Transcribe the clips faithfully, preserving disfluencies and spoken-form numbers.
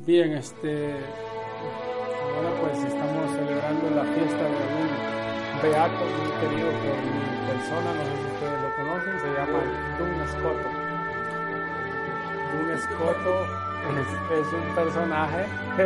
Bien, este, ahora pues estamos celebrando la fiesta de un beato muy querido por mi persona, no sé si ustedes lo conocen, se llama Duns Scoto. Duns Scoto es, es un personaje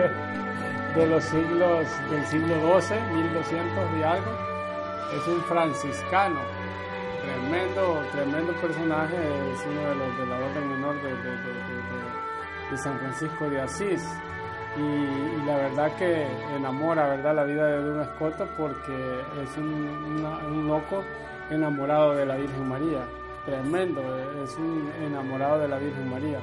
de los siglos, del siglo doce, mil doscientos y algo, es un franciscano, tremendo, tremendo personaje, es uno de los de la orden menor de, de, de, de de San Francisco de Asís, y, y la verdad que enamora, ¿verdad?, la vida de Duns Scoto, porque es un, una, un loco enamorado de la Virgen María, tremendo, es un enamorado de la Virgen María.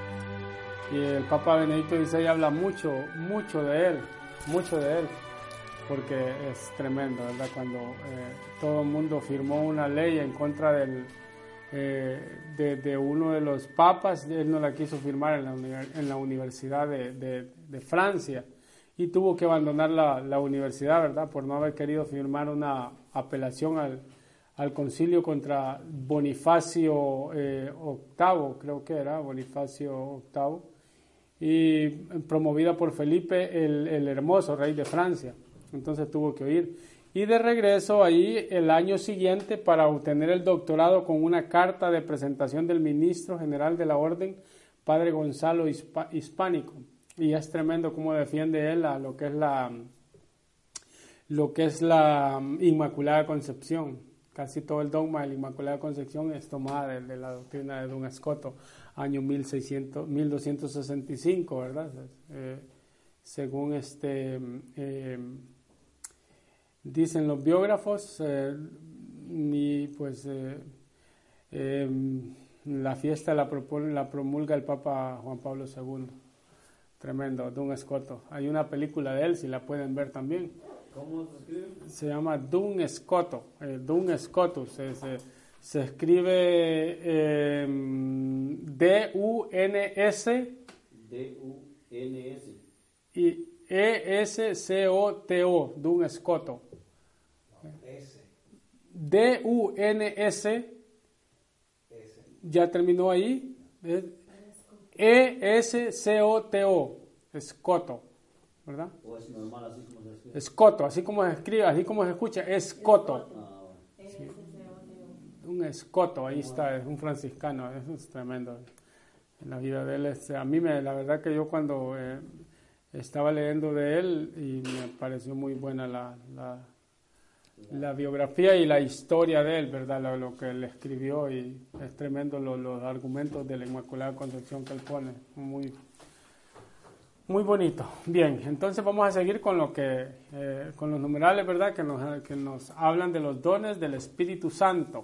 Y el Papa Benedicto dieciséis habla mucho, mucho de él, mucho de él, porque es tremendo, ¿verdad?, cuando eh, todo el mundo firmó una ley en contra del Eh, de, de uno de los papas, él no la quiso firmar en la, en la Universidad de, de, de Francia, y tuvo que abandonar la, la universidad, ¿verdad?, por no haber querido firmar una apelación al, al concilio contra Bonifacio eh, octavo, creo que era Bonifacio octavo, y promovida por Felipe el, el Hermoso, rey de Francia. Entonces tuvo que huir. Y de regreso ahí el año siguiente para obtener el doctorado con una carta de presentación del ministro general de la orden, padre Gonzalo Hispánico. Y es tremendo cómo defiende él a lo que es la, lo que es la Inmaculada Concepción. Casi todo el dogma de la Inmaculada Concepción es tomada de, de la doctrina de Duns Scoto, año mil seiscientos, mil doscientos sesenta y cinco, ¿verdad? Eh, según este... Eh, dicen los biógrafos, eh, y pues eh, eh, la fiesta la, propone, la promulga el Papa Juan Pablo segundo. Tremendo, Duns Scoto. Hay una película de él, si la pueden ver también. ¿Cómo se escribe? Se llama Duns Scoto, eh, Duns Scotus. Se, se, se escribe eh, D U N S D U N S y E S C O T O, Duns Scoto. S. D U N S, S. ya terminó ahí. E S C O T O, Scoto, ¿verdad? ¿O es normal así como se escribe? Scoto, así como se escribe, así como se escucha, es Scoto. Ah, bueno. Sí. Un Scoto, ahí está, es un franciscano, eso es tremendo. En la vida de él, es, a mí me, la verdad que yo cuando eh, estaba leyendo de él, y me pareció muy buena la, la, la biografía y la historia de él, ¿verdad? Lo, lo que él escribió, y es tremendo lo, los argumentos de la Inmaculada Concepción que él pone, muy, muy bonito. Bien, entonces vamos a seguir con lo que, eh, con los numerales, ¿verdad? Que nos, que nos hablan de los dones del Espíritu Santo.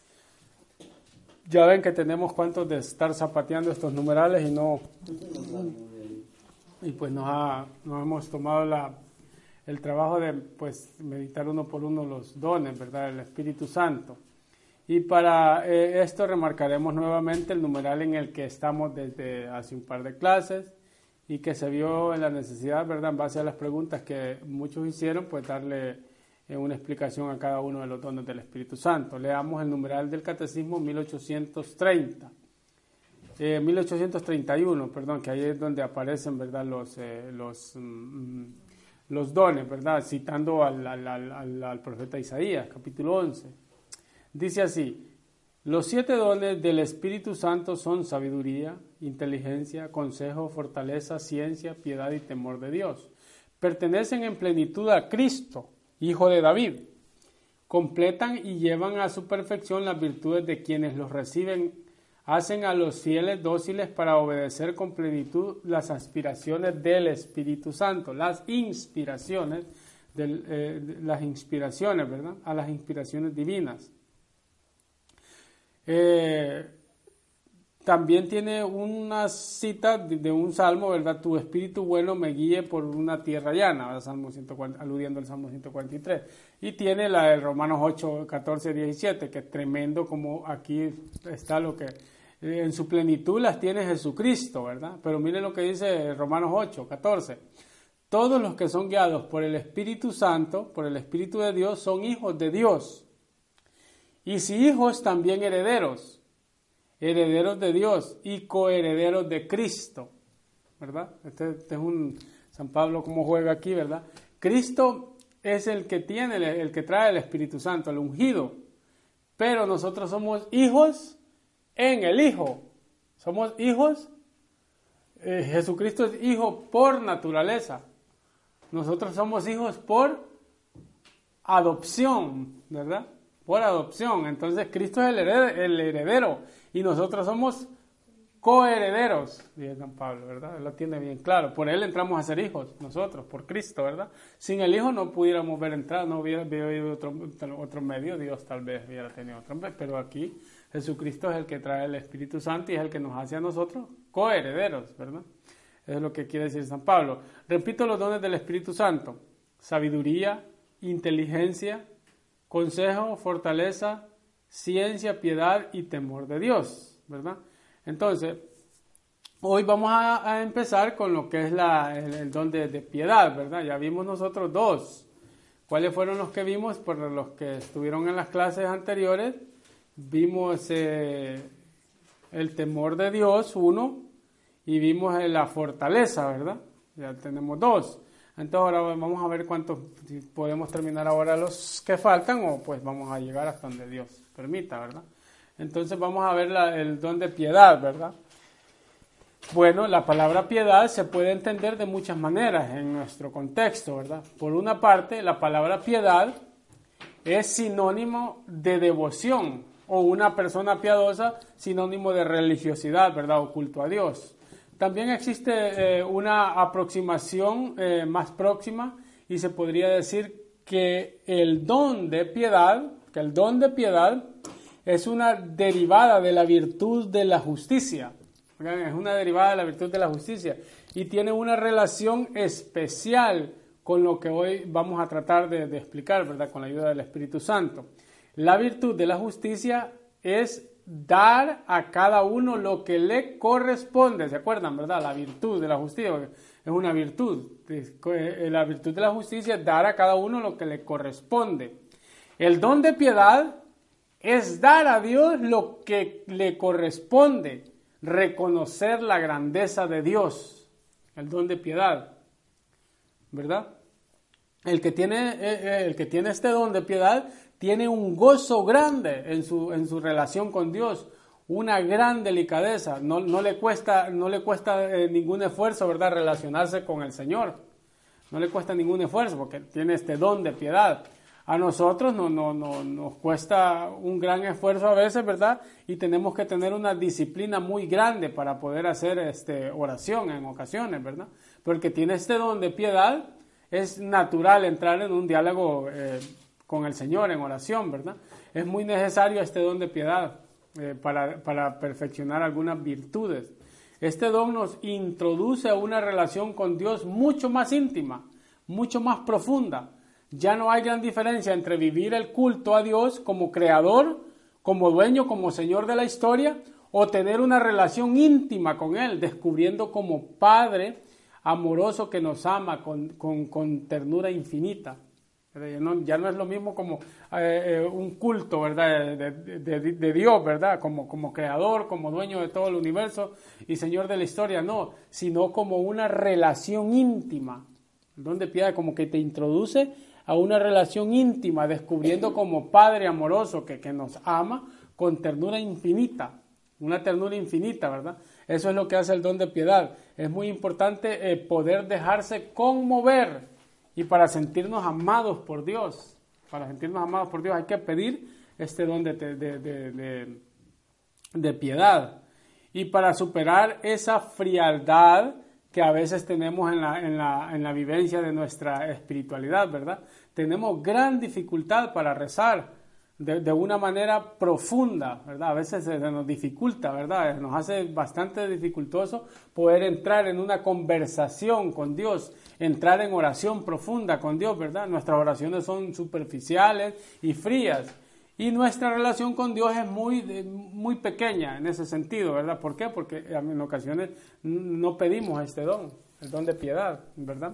Ya ven que tenemos cuantos de estar zapateando estos numerales y no, y pues nos, ha, nos hemos tomado la el trabajo de pues meditar uno por uno los dones, ¿verdad?, del Espíritu Santo. Y para eh, esto remarcaremos nuevamente el numeral en el que estamos desde hace un par de clases, y que se vio en la necesidad, ¿verdad?, en base a las preguntas que muchos hicieron, pues darle eh, una explicación a cada uno de los dones del Espíritu Santo. Leamos el numeral del Catecismo mil ochocientos treinta. Eh, mil ochocientos treinta y uno, perdón, que ahí es donde aparecen, ¿verdad?, los... Eh, los mm, los dones, ¿verdad?, citando al, al, al, al profeta Isaías, capítulo once. Dice así: los siete dones del Espíritu Santo son sabiduría, inteligencia, consejo, fortaleza, ciencia, piedad y temor de Dios. Pertenecen en plenitud a Cristo, hijo de David. Completan y llevan a su perfección las virtudes de quienes los reciben. Hacen a los fieles dóciles para obedecer con plenitud las aspiraciones del Espíritu Santo, las inspiraciones, del, eh, de las inspiraciones, ¿verdad?, a las inspiraciones divinas. Eh, también tiene una cita de, de un salmo, ¿verdad?, tu espíritu bueno me guíe por una tierra llana, ¿verdad? Salmo ciento cuarenta, aludiendo al Salmo ciento cuarenta y tres. Y tiene la de Romanos ocho, catorce, diecisiete, que es tremendo, como aquí está lo que en su plenitud las tiene Jesucristo, ¿verdad? Pero miren lo que dice Romanos ocho, catorce. Todos los que son guiados por el Espíritu Santo, por el Espíritu de Dios, son hijos de Dios. Y si hijos, también herederos, herederos de Dios y coherederos de Cristo. ¿verdad? Este, este es un San Pablo como juega aquí, ¿verdad? Cristo es el que tiene, el, el que trae el Espíritu Santo, el ungido. Pero nosotros somos hijos en el Hijo. Somos hijos. Eh, Jesucristo es hijo por naturaleza. Nosotros somos hijos por adopción, ¿verdad? Por adopción. Entonces Cristo es el heredero, el heredero y nosotros somos coherederos, dice San Pablo, ¿verdad? Él lo tiene bien claro. Por él entramos a ser hijos, nosotros, por Cristo, ¿verdad? Sin el Hijo no pudiéramos ver entrar, no hubiera, hubiera habido otro, otro medio, Dios tal vez hubiera tenido otro medio, pero aquí Jesucristo es el que trae el Espíritu Santo y es el que nos hace a nosotros coherederos, ¿verdad? Eso es lo que quiere decir San Pablo. Repito los dones del Espíritu Santo: sabiduría, inteligencia, consejo, fortaleza, ciencia, piedad y temor de Dios, ¿verdad? Entonces, hoy vamos a, a empezar con lo que es la, el, el don de, de piedad, ¿verdad? Ya vimos nosotros dos. ¿Cuáles fueron los que vimos? Por los que estuvieron en las clases anteriores, vimos eh, el temor de Dios, uno, y vimos eh, la fortaleza, ¿verdad? Ya tenemos dos. Entonces ahora vamos a ver cuántos, si podemos terminar ahora los que faltan o pues vamos a llegar hasta donde Dios permita, ¿verdad? Entonces vamos a ver la, el don de piedad, ¿verdad? Bueno, la palabra piedad se puede entender de muchas maneras en nuestro contexto, ¿verdad? Por una parte, la palabra piedad es sinónimo de devoción, o una persona piadosa sinónimo de religiosidad, ¿verdad? O culto a Dios. También existe eh, una aproximación eh, más próxima y se podría decir que el don de piedad, que el don de piedad es una derivada de la virtud de la justicia. Es una derivada de la virtud de la justicia y tiene una relación especial con lo que hoy vamos a tratar de, de explicar, ¿verdad? Con la ayuda del Espíritu Santo. La virtud de la justicia es dar a cada uno lo que le corresponde. ¿Se acuerdan, verdad? La virtud de la justicia es una virtud. La virtud de la justicia es dar a cada uno lo que le corresponde. El don de piedad es dar a Dios lo que le corresponde, reconocer la grandeza de Dios. El don de piedad, ¿verdad? El que tiene, el que tiene este don de piedad tiene un gozo grande en su, en su relación con Dios, una gran delicadeza. No, no le cuesta, no le cuesta eh, ningún esfuerzo, ¿verdad?, relacionarse con el Señor. No le cuesta ningún esfuerzo porque tiene este don de piedad. A nosotros no, no, no, nos cuesta un gran esfuerzo a veces, ¿verdad? Y tenemos que tener una disciplina muy grande para poder hacer este, oración en ocasiones, ¿verdad? Porque tiene este don de piedad, es natural entrar en un diálogo eh, con el Señor en oración, ¿verdad? Es muy necesario este don de piedad eh, para, para perfeccionar algunas virtudes. Este don nos introduce a una relación con Dios mucho más íntima, mucho más profunda. Ya no hay gran diferencia entre vivir el culto a Dios como creador, como dueño, como señor de la historia, o tener una relación íntima con Él, descubriendo como Padre amoroso que nos ama con, con, con ternura infinita. Ya no, ya no es lo mismo como eh, un culto, ¿verdad?, de, de, de, de Dios, ¿verdad?, como, como creador, como dueño de todo el universo y señor de la historia, no, sino como una relación íntima. El don de piedad como que te introduce a una relación íntima, descubriendo como Padre amoroso que, que nos ama con ternura infinita, una ternura infinita, ¿verdad? Eso es lo que hace el don de piedad. Es muy importante eh, poder dejarse conmover. Y para sentirnos amados por Dios, para sentirnos amados por Dios hay que pedir este don de, de, de, de, de piedad. Y para superar esa frialdad que a veces tenemos en la, en la, en la vivencia de nuestra espiritualidad, ¿verdad? Tenemos gran dificultad para rezar de, de una manera profunda, ¿verdad? A veces se nos dificulta, ¿verdad? Nos hace bastante dificultoso poder entrar en una conversación con Dios, entrar en oración profunda con Dios, ¿verdad? Nuestras oraciones son superficiales y frías y nuestra relación con Dios es muy, muy pequeña en ese sentido, ¿verdad? ¿Por qué? Porque en ocasiones no pedimos este don, el don de piedad, ¿verdad?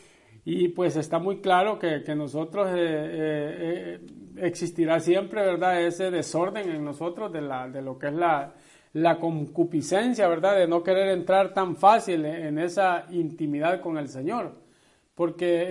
Y pues está muy claro que, que nosotros eh, eh, existirá siempre, ¿verdad?, ese desorden en nosotros de, la, de lo que es la, la concupiscencia, ¿verdad? De no querer entrar tan fácil en esa intimidad con el Señor. Porque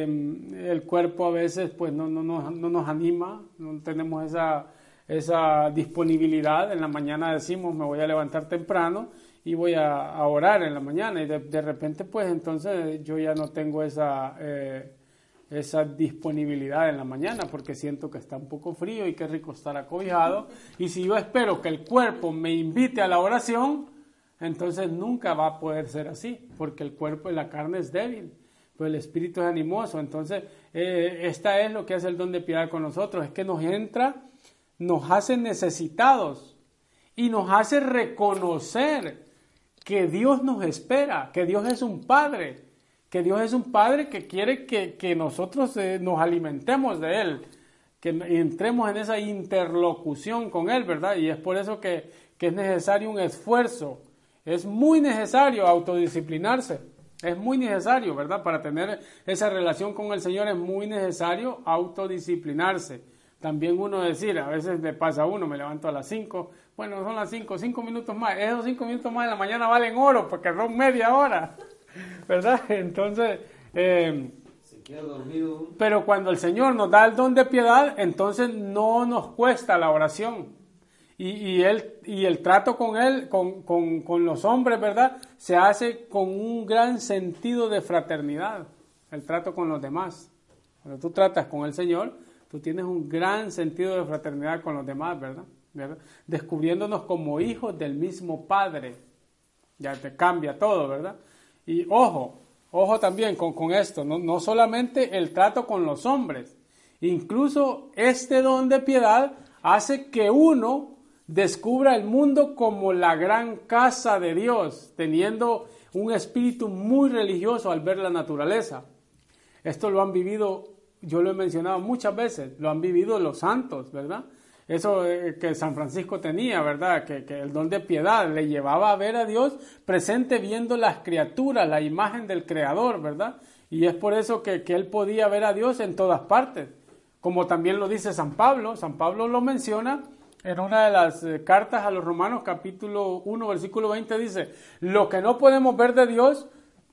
eh, el cuerpo a veces pues no, no, no, no nos anima, no tenemos esa, esa disponibilidad. En la mañana decimos, me voy a levantar temprano y voy a, a orar en la mañana, y de, de repente pues entonces yo ya no tengo esa... Eh, esa disponibilidad en la mañana porque siento que está un poco frío y qué rico estar acobijado, y si yo espero que el cuerpo me invite a la oración, entonces nunca va a poder ser así, porque el cuerpo y la carne es débil, pero el espíritu es animoso. Entonces eh, esta es lo que hace el don de piedad con nosotros, es que nos entra, nos hace necesitados y nos hace reconocer que Dios nos espera, que Dios es un Padre, que Dios es un Padre que quiere que, que nosotros eh, nos alimentemos de Él, que entremos en esa interlocución con Él, ¿verdad? Y es por eso que, que es necesario un esfuerzo, es muy necesario autodisciplinarse, es muy necesario, ¿verdad? Para tener esa relación con el Señor es muy necesario autodisciplinarse. También uno decir, a veces le pasa a uno, me levanto a las cinco, bueno, son las cinco, cinco minutos más, esos cinco minutos más en la mañana valen oro porque son media hora, ¿verdad? Entonces, eh, se queda dormido. Pero cuando el Señor nos da el don de piedad, entonces no nos cuesta la oración. Y, y, él, y el trato con Él, con, con, con los hombres, ¿verdad? Se hace con un gran sentido de fraternidad, el trato con los demás. Cuando tú tratas con el Señor, tú tienes un gran sentido de fraternidad con los demás, ¿verdad? ¿verdad? Descubriéndonos como hijos del mismo Padre. Ya te cambia todo, ¿verdad? Y ojo, ojo también con, con esto, no, no solamente el trato con los hombres, incluso este don de piedad hace que uno descubra el mundo como la gran casa de Dios, teniendo un espíritu muy religioso al ver la naturaleza. Esto lo han vivido, yo lo he mencionado muchas veces, lo han vivido los santos, ¿verdad? Eso eh, que San Francisco tenía, ¿verdad? Que, que el don de piedad le llevaba a ver a Dios presente viendo las criaturas, la imagen del Creador, ¿verdad? Y es por eso que, que él podía ver a Dios en todas partes. Como también lo dice San Pablo, San Pablo lo menciona en una de las eh, cartas a los Romanos, capítulo uno, versículo veinte, dice, lo que no podemos ver de Dios,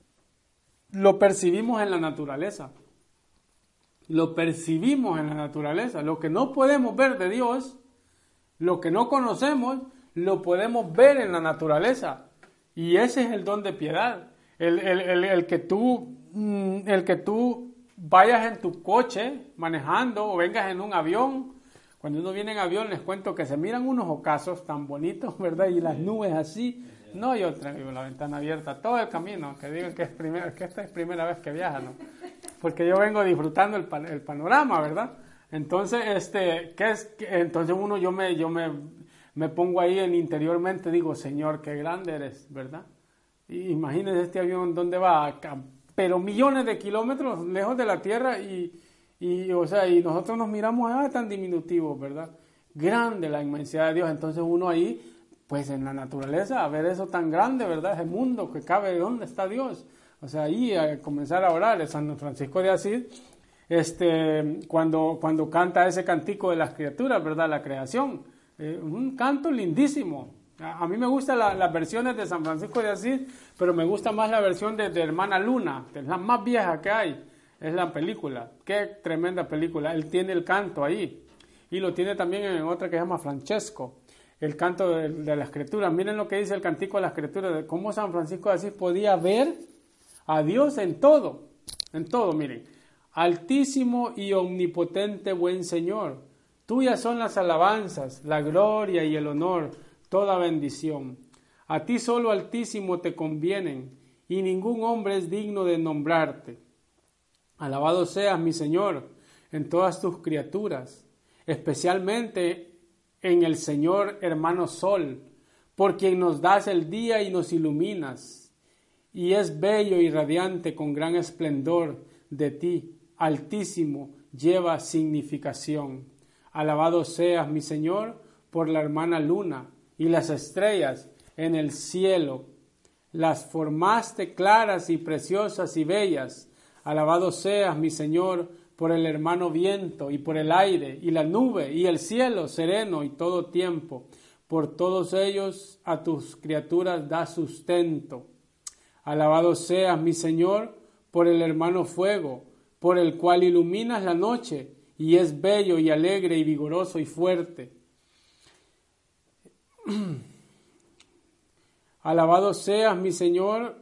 lo percibimos en la naturaleza. Lo percibimos en la naturaleza. Lo que no podemos ver de Dios, lo que no conocemos, lo podemos ver en la naturaleza. Y ese es el don de piedad. El, el, el, el, que, tú, el que tú vayas en tu coche manejando o vengas en un avión. Cuando uno viene en avión les cuento que se miran unos ocasos tan bonitos, ¿verdad? Y las nubes así. No, yo traigo la ventana abierta todo el camino, que digan que, es primera, que esta es primera vez que viajan, ¿no? Porque yo vengo disfrutando el, pan, el panorama, ¿verdad? Entonces, este, ¿qué es? Entonces uno, yo me, yo me, me pongo ahí en interiormente, digo, Señor, qué grande eres, ¿verdad? Y imagínense este avión donde va, acá, pero millones de kilómetros lejos de la Tierra y, y, o sea, y nosotros nos miramos, ah, tan diminutivos, ¿verdad? Grande la inmensidad de Dios. Entonces uno ahí, pues en la naturaleza, a ver eso tan grande, ¿verdad? Ese mundo que cabe, ¿dónde está Dios? O sea, ahí a comenzar a orar. San Francisco de Asís, este, cuando, cuando canta ese cantico de las criaturas, ¿verdad? La creación, eh, un canto lindísimo. A, a mí me gustan la, las versiones de San Francisco de Asís, pero me gusta más la versión de, de Hermana Luna, que es la más vieja que hay, es la película. Qué tremenda película. Él tiene el canto ahí, y lo tiene también en otra que se llama Francesco. El canto de, de las criaturas. Miren lo que dice el cantico de las criaturas, de cómo San Francisco de Asís podía ver a Dios en todo, en todo, miren. Altísimo y omnipotente buen Señor, tuyas son las alabanzas, la gloria y el honor, toda bendición. A ti solo Altísimo te convienen, y ningún hombre es digno de nombrarte. Alabado seas, mi Señor, en todas tus criaturas, especialmente en el Señor hermano Sol, por quien nos das el día y nos iluminas, y es bello y radiante con gran esplendor de ti, Altísimo, lleva significación. Alabado seas, mi Señor, por la hermana luna y las estrellas en el cielo. Las formaste claras y preciosas y bellas. Alabado seas, mi Señor, por el hermano viento y por el aire y la nube y el cielo sereno y todo tiempo, Por todos ellos a tus criaturas da sustento. Alabado seas, mi Señor, por el hermano fuego, por el cual iluminas la noche, y es bello y alegre y vigoroso y fuerte. Alabado seas, mi Señor,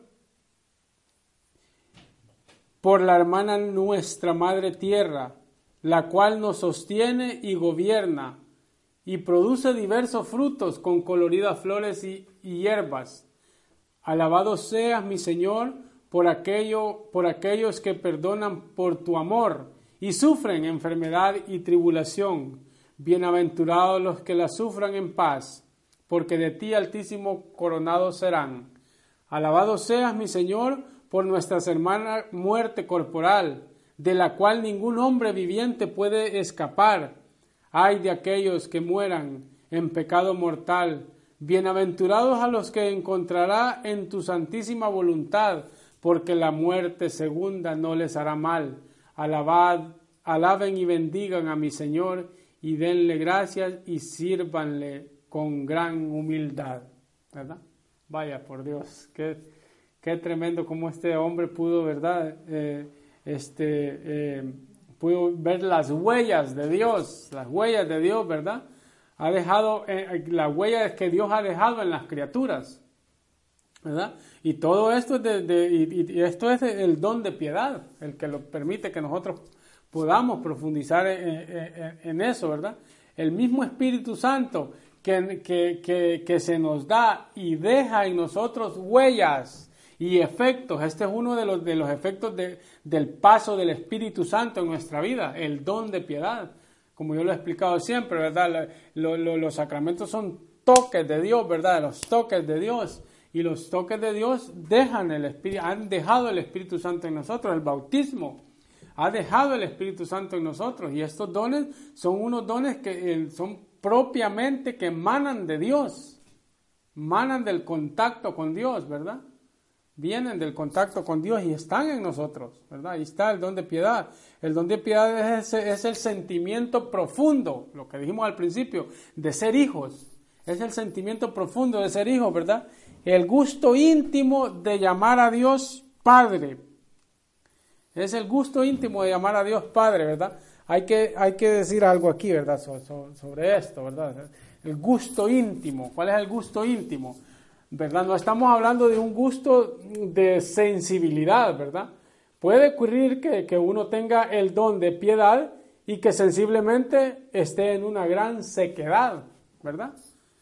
por la hermana nuestra Madre Tierra, la cual nos sostiene y gobierna, y produce diversos frutos con coloridas flores y, y hierbas. Alabado seas, mi Señor, por, aquello, por aquellos que perdonan por tu amor y sufren enfermedad y tribulación. Bienaventurados los que la sufran en paz, porque de ti, Altísimo, coronados serán. Alabado seas, mi Señor, por nuestras hermanas muerte corporal, de la cual ningún hombre viviente puede escapar. Ay de aquellos que mueran en pecado mortal. Bienaventurados a los que encontrará en tu santísima voluntad, porque la muerte segunda no les hará mal. Alabad, alaben y bendigan a mi Señor, y denle gracias y sírvanle con gran humildad. ¿Verdad? Vaya, por Dios, qué, qué tremendo cómo este hombre pudo, ¿verdad? Eh, este, eh, pudo ver las huellas de Dios, las huellas de Dios, ¿verdad? Ha dejado, eh, las huellas que Dios ha dejado en las criaturas, ¿verdad? Y todo esto es, de, de, y, y esto es el don de piedad, el que lo permite que nosotros podamos profundizar en, en, en eso, ¿verdad? El mismo Espíritu Santo que, que, que, que se nos da y deja en nosotros huellas y efectos. Este es uno de los, de los efectos de, del paso del Espíritu Santo en nuestra vida, el don de piedad. Como yo lo he explicado siempre, ¿verdad? Lo, lo, los sacramentos son toques de Dios, ¿verdad? Los toques de Dios. Y los toques de Dios dejan el Espíritu, han dejado el Espíritu Santo en nosotros. El bautismo ha dejado el Espíritu Santo en nosotros. Y estos dones son unos dones que eh, son propiamente que emanan de Dios. Emanan del contacto con Dios, ¿verdad? Vienen del contacto con Dios y están en nosotros, ¿verdad? Ahí está el don de piedad. El don de piedad es, ese, es el sentimiento profundo, lo que dijimos al principio, de ser hijos. Es el sentimiento profundo de ser hijos, ¿verdad? El gusto íntimo de llamar a Dios Padre. Es el gusto íntimo de llamar a Dios Padre, ¿verdad? Hay que, hay que decir algo aquí, ¿verdad? So, so, sobre esto, ¿verdad? El gusto íntimo. ¿Cuál es el gusto íntimo? ¿Verdad? No estamos hablando de un gusto de sensibilidad, ¿verdad? Puede ocurrir que, que uno tenga el don de piedad y que sensiblemente esté en una gran sequedad, ¿verdad?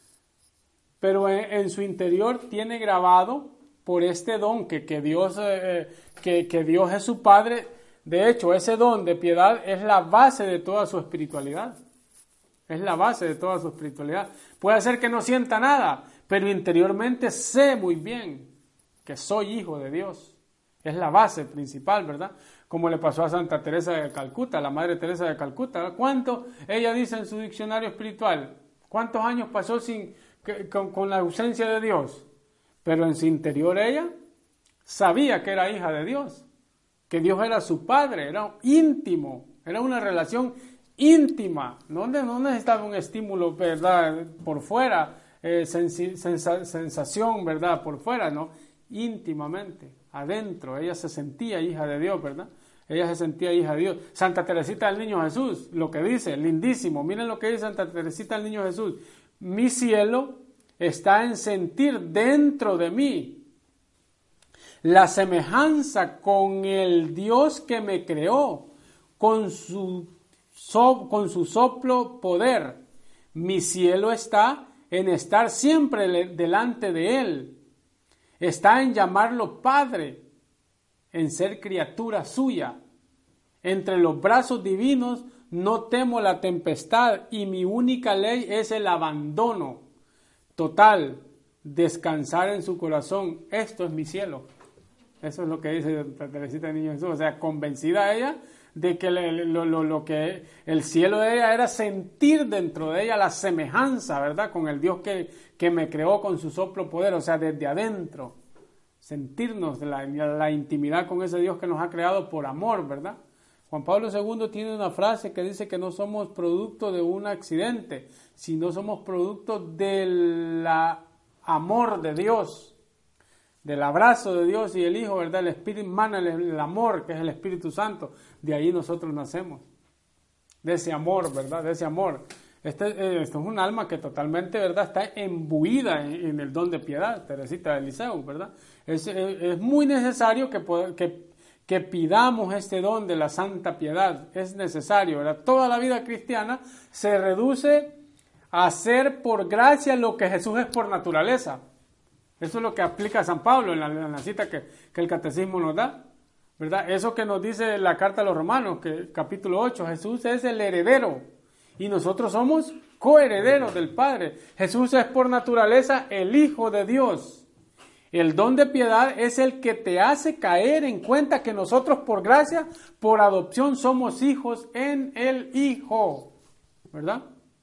Pero en, en su interior tiene grabado por este don que, que, Dios, eh, que, que Dios es su Padre. De hecho, ese don de piedad es la base de toda su espiritualidad. Es la base de toda su espiritualidad. Puede ser que no sienta nada, pero interiormente sé muy bien que soy hijo de Dios. Es la base principal, ¿verdad? Como le pasó a Santa Teresa de Calcuta, la Madre Teresa de Calcuta. ¿Cuánto? Ella dice en su diccionario espiritual, ¿cuántos años pasó sin, que, con, con la ausencia de Dios? Pero en su interior ella sabía que era hija de Dios, que Dios era su Padre, era íntimo, era una relación íntima. No, no necesitaba un estímulo, ¿verdad? Por fuera, eh, sensi, sensa, sensación, ¿verdad? Por fuera, ¿no? Íntimamente, adentro, ella se sentía hija de Dios, ¿verdad? Ella se sentía hija de Dios. Santa Teresita del Niño Jesús, lo que dice, lindísimo, miren lo que dice Santa Teresita del Niño Jesús. Mi cielo está en sentir dentro de mí la semejanza con el Dios que me creó, con su, so, con su soplo poder. Mi cielo está en estar siempre delante de Él. Está en llamarlo Padre, en ser criatura suya. Entre los brazos divinos no temo la tempestad y mi única ley es el abandono total, descansar en su corazón. Esto es mi cielo. Eso es lo que dice Teresita del Niño Jesús. O sea, convencida ella de que le, lo, lo, lo que el cielo de ella era sentir dentro de ella la semejanza, ¿verdad? Con el Dios que, que me creó con su soplo poder, o sea, desde adentro. Sentirnos la, la intimidad con ese Dios que nos ha creado por amor, ¿verdad? Juan Pablo segundo tiene una frase que dice que no somos producto de un accidente, sino somos producto del amor de Dios, del abrazo de Dios y el Hijo, ¿verdad? El Espíritu emana el, el amor, que es el Espíritu Santo. De ahí nosotros nacemos, de ese amor, ¿verdad? De ese amor. Este, eh, esto es un alma que totalmente, ¿verdad?, está embuida en, en el don de piedad, Teresita de Lisieux, ¿verdad? Es, es, es muy necesario que, que, que pidamos este don de la santa piedad. Es necesario, ¿verdad? Toda la vida cristiana se reduce a hacer por gracia lo que Jesús es por naturaleza. Eso es lo que aplica San Pablo en la, en la cita que, que el catecismo nos da, ¿verdad? Eso que nos dice la carta a los Romanos, que capítulo ocho, Jesús es el heredero y nosotros somos coherederos del Padre. Jesús es por naturaleza el Hijo de Dios. El don de piedad es el que te hace caer en cuenta que nosotros por gracia, por adopción, somos hijos en el Hijo, ¿verdad?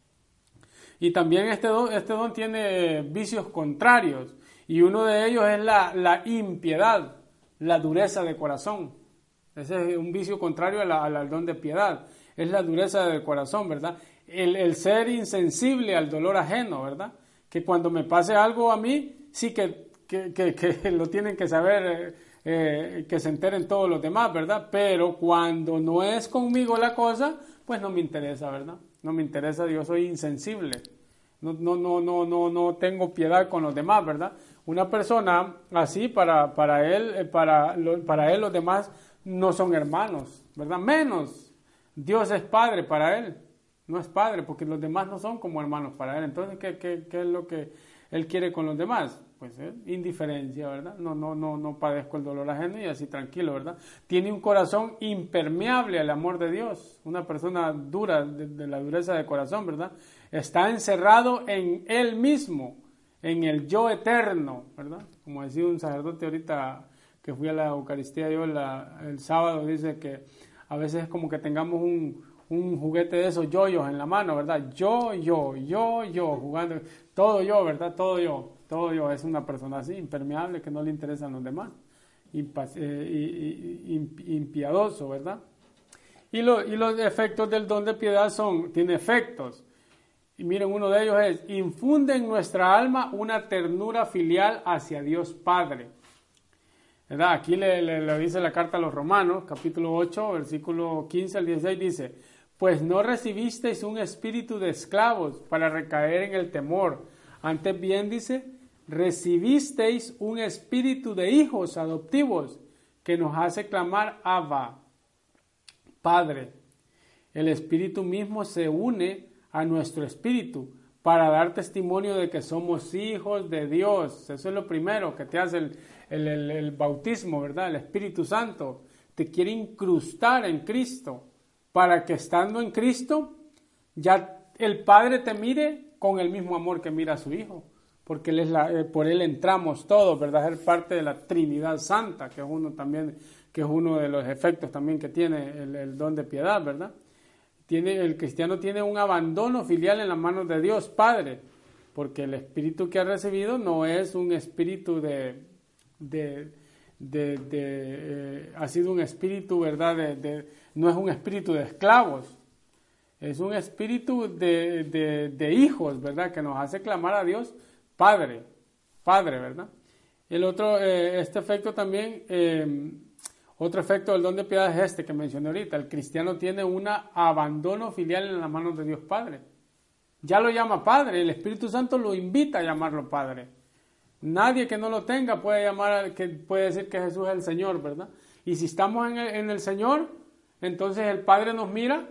Y también este don, este don tiene vicios contrarios. Y uno de ellos es la, la impiedad, la dureza de corazón. Ese es un vicio contrario a la, al don de piedad. Es la dureza del corazón, ¿verdad? El, el ser insensible al dolor ajeno, ¿verdad? Que cuando me pase algo a mí, sí que, que, que, que lo tienen que saber, eh, eh, que se enteren todos los demás, ¿verdad? Pero cuando no es conmigo la cosa, pues no me interesa, ¿verdad? No me interesa, yo soy insensible. No, no, no, no, no, no tengo piedad con los demás, ¿verdad? Una persona así, para, para, él, para, para él los demás no son hermanos, ¿verdad? Menos Dios es Padre para él, no es Padre, porque los demás no son como hermanos para él. Entonces, ¿qué, qué, qué es lo que él quiere con los demás? Pues eh, indiferencia, ¿verdad? No, no, no, no padezco el dolor ajeno y así tranquilo, ¿verdad? Tiene un corazón impermeable al amor de Dios, una persona dura, de, de la dureza de corazón, ¿verdad? Está encerrado en él mismo, en el yo eterno, ¿verdad? Como decía un sacerdote ahorita que fui a la Eucaristía yo la, el sábado, dice que a veces es como que tengamos un, un juguete de esos yoyos en la mano, ¿verdad? Yo, yo, yo, yo, jugando, todo yo, ¿verdad? Todo yo, todo yo. Es una persona así, impermeable, que no le interesan los demás, Impa, eh, impiadoso, ¿verdad? Y, lo, y los efectos del don de piedad son, tiene efectos. Y miren, uno de ellos es, infunde en nuestra alma una ternura filial hacia Dios Padre. ¿Verdad? Aquí le, le, le dice la carta a los Romanos, capítulo ocho, versículo quince al dieciséis, dice, pues no recibisteis un espíritu de esclavos para recaer en el temor. Antes bien, dice, recibisteis un espíritu de hijos adoptivos que nos hace clamar Abba, Padre. El espíritu mismo se une a nuestro espíritu para dar testimonio de que somos hijos de Dios. Eso es lo primero que te hace el, el, el, el bautismo, ¿verdad? El Espíritu Santo te quiere incrustar en Cristo para que estando en Cristo ya el Padre te mire con el mismo amor que mira a su Hijo, porque él es la, eh, por Él entramos todos, ¿verdad? Es parte de la Trinidad Santa, que es uno también, que es uno de los efectos también que tiene el, el don de piedad, ¿verdad? Tiene, el cristiano tiene un abandono filial en las manos de Dios Padre, porque el espíritu que ha recibido no es un espíritu de, de, de, de eh, ha sido un espíritu, ¿verdad? De, de, no es un espíritu de esclavos, es un espíritu de, de, de hijos, ¿verdad? Que nos hace clamar a Dios Padre, Padre, ¿verdad? El otro, eh, este efecto también... Eh, Otro efecto del don de piedad es este que mencioné ahorita. El cristiano tiene un abandono filial en las manos de Dios Padre. Ya lo llama Padre, el Espíritu Santo lo invita a llamarlo Padre. Nadie que no lo tenga puede llamar, que puede decir que Jesús es el Señor, ¿verdad? Y si estamos en el, en el Señor, entonces el Padre nos mira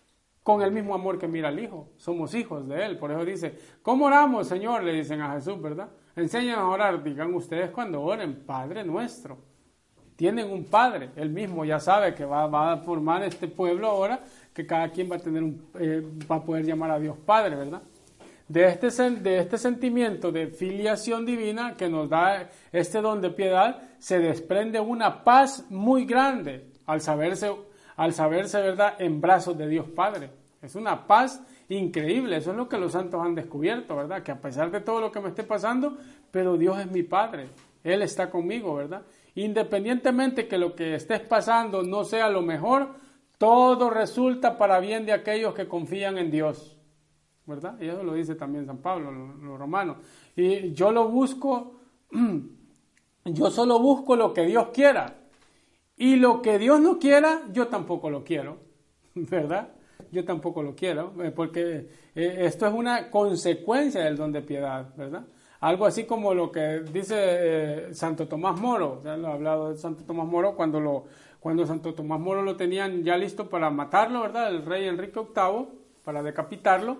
con el mismo amor que mira al Hijo. Somos hijos de Él. Por eso dice, ¿cómo oramos, Señor? Le dicen a Jesús, ¿verdad? Enséñanos a orar. Digan ustedes cuando oren, Padre nuestro. Tienen un Padre, Él mismo ya sabe que va, va a formar este pueblo ahora, que cada quien va a tener un, eh, va a poder llamar a Dios Padre, ¿verdad? De este, de este sentimiento de filiación divina que nos da este don de piedad, se desprende una paz muy grande al saberse, al saberse, ¿verdad?, en brazos de Dios Padre. Es una paz increíble, eso es lo que los santos han descubierto, ¿verdad? Que a pesar de todo lo que me esté pasando, pero Dios es mi Padre, Él está conmigo, ¿verdad? Independientemente que lo que estés pasando no sea lo mejor, todo resulta para bien de aquellos que confían en Dios, ¿verdad? Y eso lo dice también San Pablo, los romanos. Y yo lo busco, yo solo busco lo que Dios quiera. Y lo que Dios no quiera, yo tampoco lo quiero, ¿verdad? Yo tampoco lo quiero, porque esto es una consecuencia del don de piedad, ¿verdad? Algo así como lo que dice eh, Santo Tomás Moro. Ya lo he hablado de Santo Tomás Moro cuando, lo, cuando Santo Tomás Moro lo tenían ya listo para matarlo, ¿verdad? El rey Enrique octavo, para decapitarlo.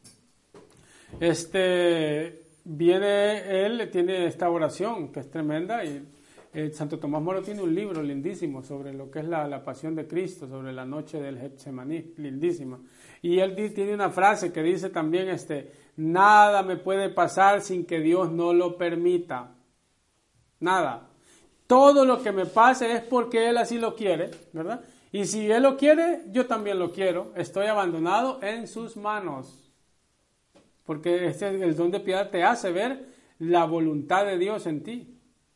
Este, viene él, tiene esta oración que es tremenda y eh, Santo Tomás Moro tiene un libro lindísimo sobre lo que es la, la pasión de Cristo, sobre la noche del Getsemaní, lindísima. Y él tiene una frase que dice también, este, nada me puede pasar sin que Dios no lo permita. Nada. Todo lo que me pase es porque Él así lo quiere, ¿verdad? Y si Él lo quiere, yo también lo quiero. Estoy abandonado en sus manos. Porque este, el don de piedad te hace ver la voluntad de Dios en ti.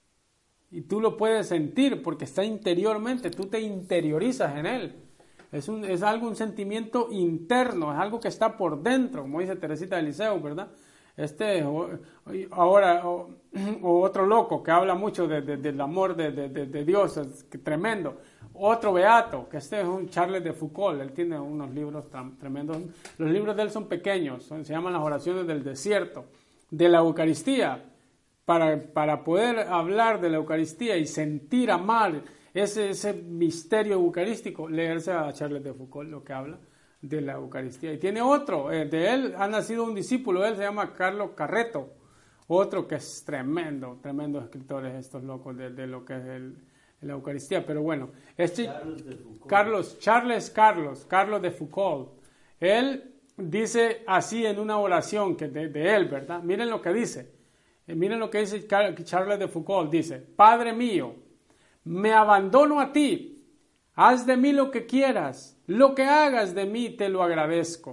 Y tú lo puedes sentir porque está interiormente, tú te interiorizas en Él. Es, un, es algo, un sentimiento interno, es algo que está por dentro, como dice Teresita de Lisieux, ¿verdad? Este, o, ahora, o, o otro loco que habla mucho de, de, del amor de, de, de, de Dios, es que tremendo. Otro beato, que este es un Charles de Foucault, él tiene unos libros tan tremendos. Los libros de él son pequeños, son, se llaman Las oraciones del desierto, de la Eucaristía. Para, para poder hablar de la Eucaristía y sentir, amar ese, ese misterio eucarístico, leerse a Charles de Foucault, lo que habla de la Eucaristía. Y tiene otro, eh, de él ha nacido un discípulo, él se llama Carlos Carreto, otro que es tremendo, tremendos escritores estos locos de, de lo que es el, la Eucaristía. Pero bueno, este Charles de Foucault. Carlos, Charles Carlos, Carlos de Foucault, él dice así en una oración que de, de él, ¿verdad? Miren lo que dice. Miren lo que dice Charles de Foucault, dice, Padre mío, me abandono a ti, haz de mí lo que quieras, lo que hagas de mí te lo agradezco.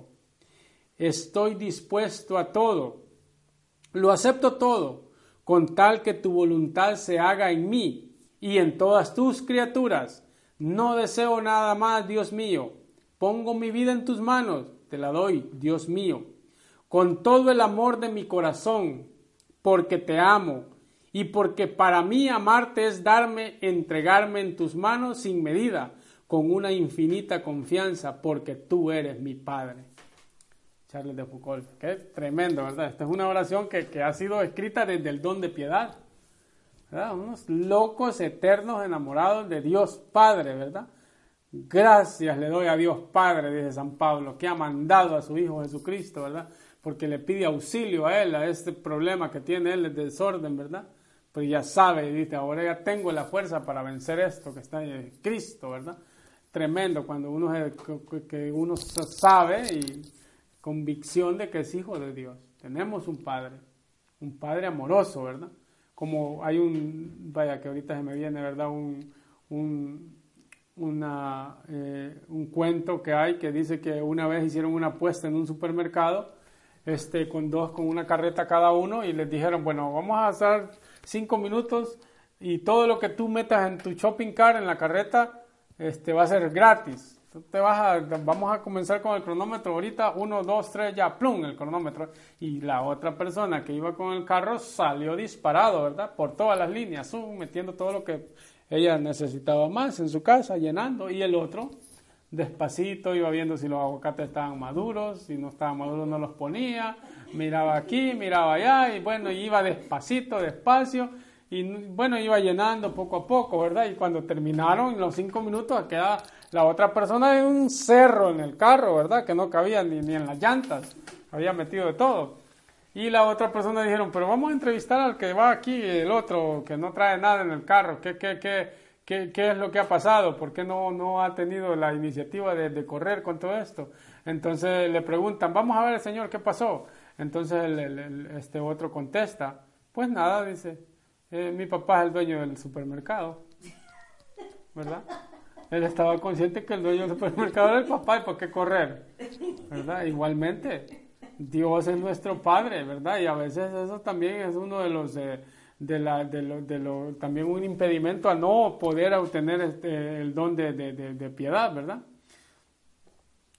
Estoy dispuesto a todo, lo acepto todo, con tal que tu voluntad se haga en mí y en todas tus criaturas. No deseo nada más, Dios mío, pongo mi vida en tus manos, te la doy, Dios mío, con todo el amor de mi corazón, porque te amo y porque para mí amarte es darme, entregarme en tus manos sin medida, con una infinita confianza, porque tú eres mi Padre. Charles de Foucault, qué tremendo, ¿verdad? Esta es una oración que, que ha sido escrita desde el don de piedad, ¿verdad? Unos locos eternos enamorados de Dios Padre, ¿verdad? Gracias le doy a Dios Padre, dice San Pablo, que ha mandado a su Hijo Jesucristo, ¿verdad? Porque le pide auxilio a él, a este problema que tiene él, el desorden, ¿verdad? Pero ya sabe, y dice, ahora ya tengo la fuerza para vencer esto que está en Cristo, ¿verdad? Tremendo cuando uno, que uno sabe y convicción de que es hijo de Dios. Tenemos un Padre, un Padre amoroso, ¿verdad? Como hay un, vaya que ahorita se me viene, ¿verdad? Un, un, una, eh, un cuento que hay que dice que una vez hicieron una apuesta en un supermercado, Este, con dos, con una carreta cada uno, y les dijeron, bueno, vamos a hacer cinco minutos y todo lo que tú metas en tu shopping cart, en la carreta, este, va a ser gratis. Tú te vas a, vamos a comenzar con el cronómetro ahorita, uno, dos, tres, ya, plum, el cronómetro. Y la otra persona que iba con el carro salió disparado, ¿verdad? Por todas las líneas, uh, metiendo todo lo que ella necesitaba más en su casa, llenando, y el otro despacito iba viendo si los aguacates estaban maduros, si no estaban maduros no los ponía, miraba aquí, miraba allá, y bueno, iba despacito, despacio, y bueno, iba llenando poco a poco, ¿verdad? Y cuando terminaron, en los cinco minutos, quedaba la otra persona en un cerro en el carro, ¿verdad? Que no cabía ni, ni en las llantas, había metido de todo. Y la otra persona dijeron, pero vamos a entrevistar al que va aquí, el otro, que no trae nada en el carro, ¿qué, qué, qué? ¿Qué, ¿Qué es lo que ha pasado? ¿Por qué no, no ha tenido la iniciativa de, de correr con todo esto? Entonces le preguntan, vamos a ver, señor, ¿qué pasó? Entonces el, el, el, este otro contesta, pues nada, dice, eh, mi papá es el dueño del supermercado, ¿verdad? Él estaba consciente que el dueño del supermercado era el papá, ¿y por qué correr? ¿Verdad? Igualmente, Dios es nuestro Padre, ¿verdad? Y a veces eso también es uno de los... Eh, De la, de lo, de lo, también un impedimento a no poder obtener este, el don de, de, de, de piedad, ¿verdad?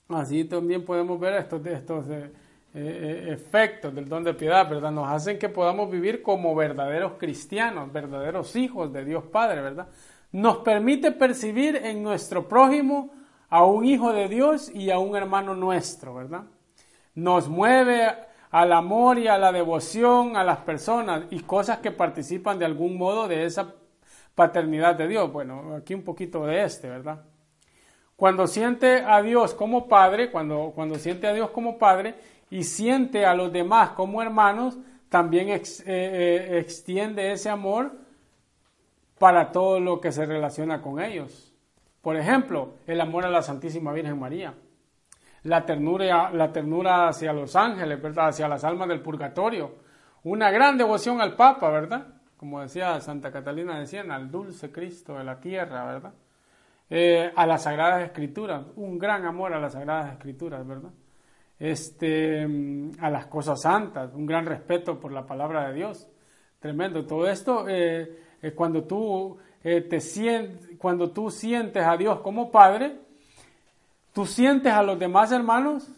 Así también podemos ver estos, estos eh, eh, efectos del don de piedad, ¿verdad? Nos hacen que podamos vivir como verdaderos cristianos, verdaderos hijos de Dios Padre, ¿verdad? Nos permite percibir en nuestro prójimo a un hijo de Dios y a un hermano nuestro, ¿verdad? Nos mueve al amor y a la devoción a las personas y cosas que participan de algún modo de esa paternidad de Dios. Bueno, aquí un poquito de este, ¿verdad? Cuando siente a Dios como Padre, cuando, cuando siente a Dios como Padre y siente a los demás como hermanos, también ex, eh, eh, extiende ese amor para todo lo que se relaciona con ellos. Por ejemplo, el amor a la Santísima Virgen María, la ternura, la ternura hacia los ángeles, ¿verdad? Hacia las almas del purgatorio, una gran devoción al Papa, ¿verdad? Como decía Santa Catalina de Siena, al dulce Cristo de la tierra, ¿verdad? Eh, a las Sagradas Escrituras, un gran amor a las Sagradas Escrituras, ¿verdad? Este, a las cosas santas, un gran respeto por la palabra de Dios, tremendo. Todo esto, eh, eh, cuando tú eh, te sientes, cuando tú sientes a Dios como Padre, tú sientes a los demás hermanos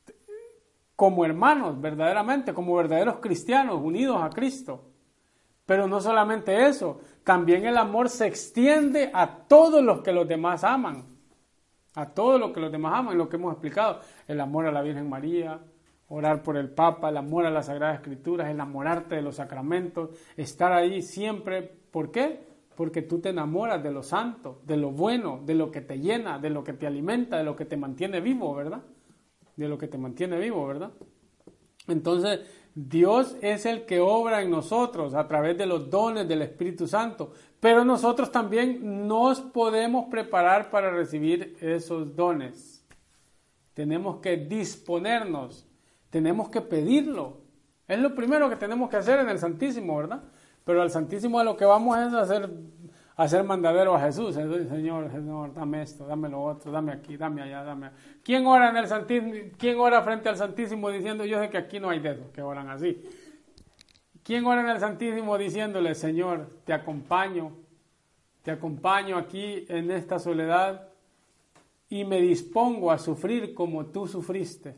como hermanos, verdaderamente, como verdaderos cristianos unidos a Cristo. Pero no solamente eso, también el amor se extiende a todos los que los demás aman, a todos los que los demás aman, lo que hemos explicado, el amor a la Virgen María, orar por el Papa, el amor a las Sagradas Escrituras, el enamorarte de los sacramentos, estar ahí siempre. ¿Por qué? Porque tú te enamoras de lo santo, de lo bueno, de lo que te llena, de lo que te alimenta, de lo que te mantiene vivo, ¿verdad? De lo que te mantiene vivo, ¿verdad? Entonces, Dios es el que obra en nosotros a través de los dones del Espíritu Santo, pero nosotros también nos podemos preparar para recibir esos dones. Tenemos que disponernos, tenemos que pedirlo. Es lo primero que tenemos que hacer en el Santísimo, ¿verdad? Pero al Santísimo a lo que vamos es a hacer, a hacer mandadero a Jesús. Señor, Señor, dame esto, dame lo otro, dame aquí, dame allá, dame allá. ¿Quién ora en el Santísimo? ¿Quién ora frente al Santísimo diciendo, yo sé que aquí no hay de esos que oran así? ¿Quién ora en el Santísimo diciéndole, Señor, te acompaño, te acompaño aquí en esta soledad y me dispongo a sufrir como tú sufriste?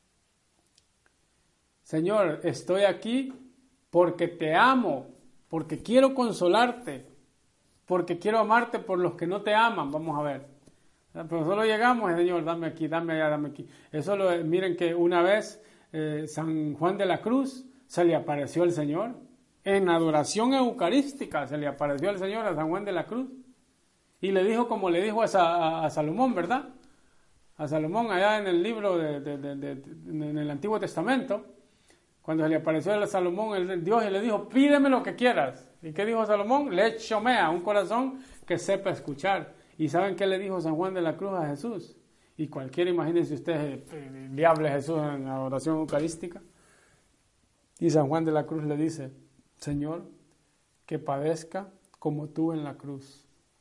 Señor, estoy aquí porque te amo, porque quiero consolarte, porque quiero amarte por los que no te aman. Vamos a ver. Pero solo llegamos, Señor, dame aquí, dame allá, dame aquí. Eso lo, miren que una vez eh, San Juan de la Cruz se le apareció el Señor. En adoración eucarística se le apareció el Señor a San Juan de la Cruz. Y le dijo como le dijo a, a, a Salomón, ¿verdad? A Salomón allá en el libro, de, de, de, de, de, en el Antiguo Testamento. Cuando se le apareció a Salomón el Dios y le dijo, pídeme lo que quieras. ¿Y qué dijo Salomón? Lech shomea, un corazón que sepa escuchar. ¿Y saben qué le dijo San Juan de la Cruz a Jesús? Y cualquiera, imagínense ustedes, eh, le hable a Jesús en la oración eucarística. Y San Juan de la Cruz le dice, Señor, que padezca como tú en la cruz.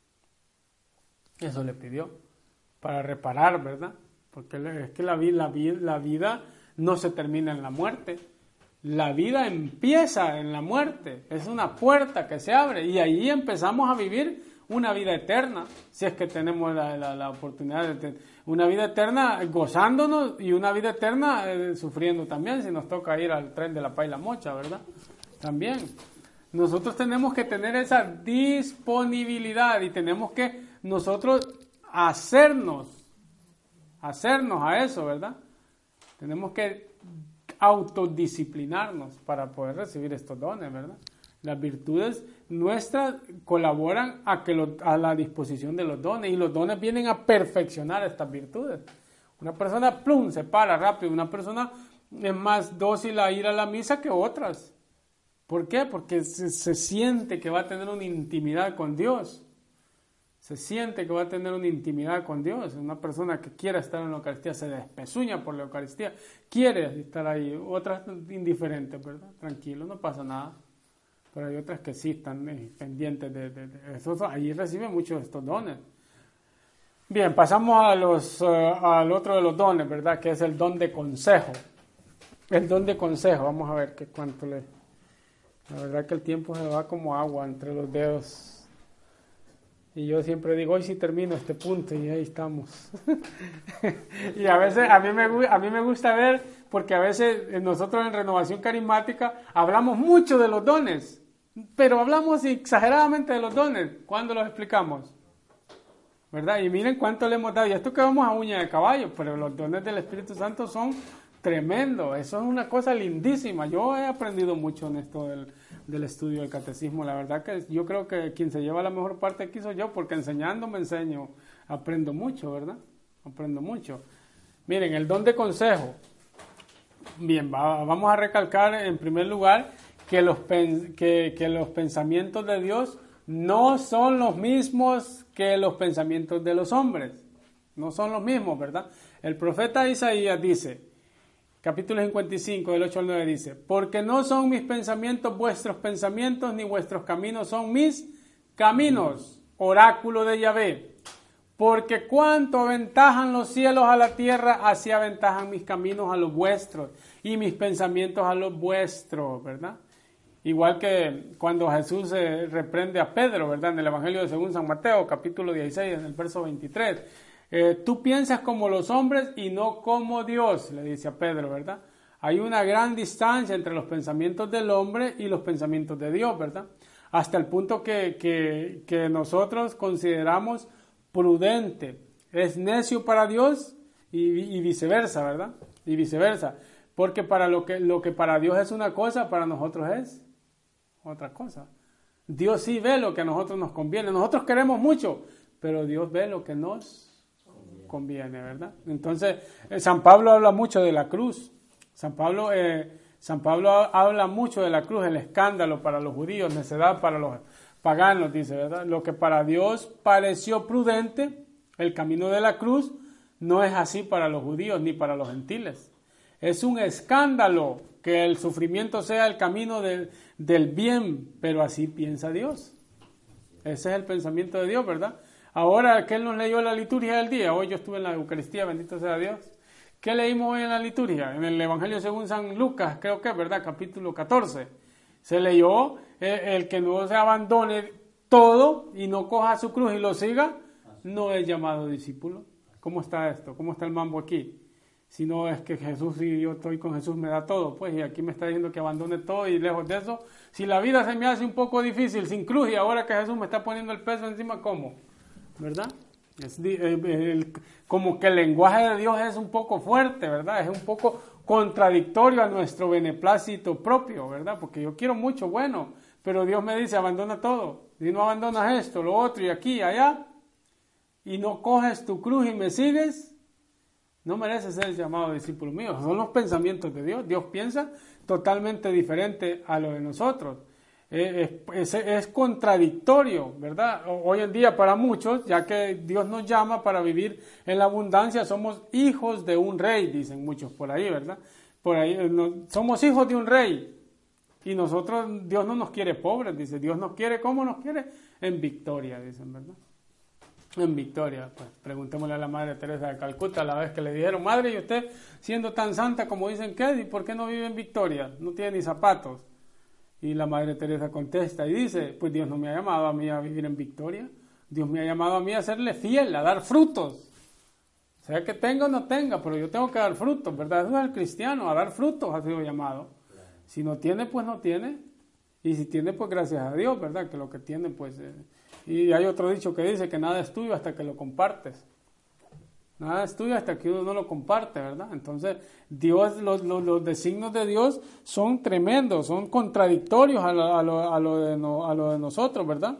Eso le pidió para reparar, ¿verdad? Porque es que la, la, la vida no se termina en la muerte. La vida empieza en la muerte, es una puerta que se abre y ahí empezamos a vivir una vida eterna, si es que tenemos la, la, la oportunidad de tener una vida eterna gozándonos y una vida eterna eh, sufriendo también, si nos toca ir al tren de la paz y la mocha, ¿verdad? También. Nosotros tenemos que tener esa disponibilidad y tenemos que nosotros hacernos, hacernos a eso, ¿verdad? Tenemos que autodisciplinarnos para poder recibir estos dones, ¿verdad? Las virtudes nuestras colaboran a, que lo, a la disposición de los dones y los dones vienen a perfeccionar estas virtudes. Una persona, plum, se para rápido, una persona es más dócil a ir a la misa que otras. ¿Por qué? Porque se, se siente que va a tener una intimidad con Dios. Se siente que va a tener una intimidad con Dios. Una persona que quiera estar en la Eucaristía se despezuña por la Eucaristía, quiere estar ahí. Otras indiferentes, ¿verdad? Tranquilo, no pasa nada. Pero hay otras que sí están eh, pendientes de, de, de eso. Allí reciben muchos de estos dones. Bien, pasamos a los, uh, al otro de los dones, ¿verdad? Que es el don de consejo. El don de consejo, vamos a ver qué cuánto le... La verdad que el tiempo se va como agua entre los dedos. Y yo siempre digo, hoy sí termino este punto y ahí estamos. Y a veces a mí, me, a mí me gusta ver, porque a veces nosotros en Renovación Carismática hablamos mucho de los dones, pero hablamos exageradamente de los dones. ¿Cuándo los explicamos? ¿Verdad? Y miren cuánto le hemos dado. Y esto que vamos a uña de caballo, pero los dones del Espíritu Santo son tremendos. Eso es una cosa lindísima. Yo he aprendido mucho en esto del, del estudio del catecismo. La verdad que yo creo que quien se lleva la mejor parte aquí soy yo, porque enseñando me enseño, aprendo mucho, ¿verdad? Aprendo mucho. Miren, el don de consejo. Bien, va, vamos a recalcar en primer lugar que los, que, que los pensamientos de Dios no son los mismos que los pensamientos de los hombres. No son los mismos, ¿verdad? El profeta Isaías dice, capítulo cincuenta y cinco, del ocho al nueve dice, porque no son mis pensamientos vuestros pensamientos, ni vuestros caminos son mis caminos, oráculo de Yahvé. Porque cuánto aventajan los cielos a la tierra, así aventajan mis caminos a los vuestros, y mis pensamientos a los vuestros, ¿verdad? Igual que cuando Jesús eh, reprende a Pedro, ¿verdad? En el Evangelio de según San Mateo, capítulo dieciséis, en el verso veintitrés. Eh, tú piensas como los hombres y no como Dios, le dice a Pedro, ¿verdad? Hay una gran distancia entre los pensamientos del hombre y los pensamientos de Dios, ¿verdad? Hasta el punto que, que, que nosotros consideramos prudente. Es necio para Dios y, y viceversa, ¿verdad? Y viceversa. Porque para lo que, lo que para Dios es una cosa, para nosotros es otra cosa. Dios sí ve lo que a nosotros nos conviene. Nosotros queremos mucho, pero Dios ve lo que nos conviene, ¿verdad? Entonces, eh, San Pablo habla mucho de la cruz. San Pablo, eh, San Pablo habla mucho de la cruz, el escándalo para los judíos, necedad para los paganos, dice, ¿verdad? Lo que para Dios pareció prudente, el camino de la cruz, no es así para los judíos ni para los gentiles. Es un escándalo que el sufrimiento sea el camino de, del bien, pero así piensa Dios. Ese es el pensamiento de Dios, ¿verdad? Ahora que Él nos leyó la liturgia del día, hoy yo estuve en la Eucaristía, bendito sea Dios. ¿Qué leímos hoy en la liturgia? En el Evangelio según San Lucas, creo que es, ¿verdad? Capítulo catorce. Se leyó eh, el que no se abandone todo y no coja su cruz y lo siga, no es llamado discípulo. ¿Cómo está esto? ¿Cómo está el mambo aquí? Si no es que Jesús, si yo estoy con Jesús, me da todo, pues, y aquí me está diciendo que abandone todo y lejos de eso. Si la vida se me hace un poco difícil sin cruz y ahora que Jesús me está poniendo el peso encima, ¿cómo? ¿Verdad? Es, el, el, como que el lenguaje de Dios es un poco fuerte, ¿verdad? Es un poco contradictorio a nuestro beneplácito propio, ¿verdad? Porque yo quiero mucho bueno, pero Dios me dice, abandona todo. Si no abandonas esto, lo otro y aquí y allá, y no coges tu cruz y me sigues, no mereces ser llamado discípulo mío. Son los pensamientos de Dios. Dios piensa totalmente diferente a lo de nosotros. Es, es, es contradictorio, ¿verdad? Hoy en día para muchos, ya que Dios nos llama para vivir en la abundancia, somos hijos de un rey, dicen muchos por ahí, ¿verdad? Por ahí, no, somos hijos de un rey y nosotros, Dios no nos quiere pobres, dice, Dios nos quiere, ¿cómo nos quiere? En victoria, dicen, ¿verdad? En victoria. Pues preguntémosle a la Madre Teresa de Calcuta a la vez que le dijeron, madre, ¿y usted siendo tan santa como dicen que es, y por qué no vive en victoria? No tiene ni zapatos. Y la Madre Teresa contesta y dice, pues Dios no me ha llamado a mí a vivir en victoria, Dios me ha llamado a mí a serle fiel, a dar frutos. Sea que tenga o no tenga, pero yo tengo que dar frutos, ¿verdad? Eso es el cristiano, a dar frutos ha sido llamado. Si no tiene, pues no tiene. Y si tiene, pues gracias a Dios, ¿verdad? Que lo que tiene, pues... Eh, y hay otro dicho que dice que nada es tuyo hasta que lo compartes. Nada es tuyo hasta que uno no lo comparte, ¿verdad? Entonces, Dios, los, los, los designios de Dios son tremendos, son contradictorios a lo, a lo, a lo, de, no, a lo de nosotros, ¿verdad?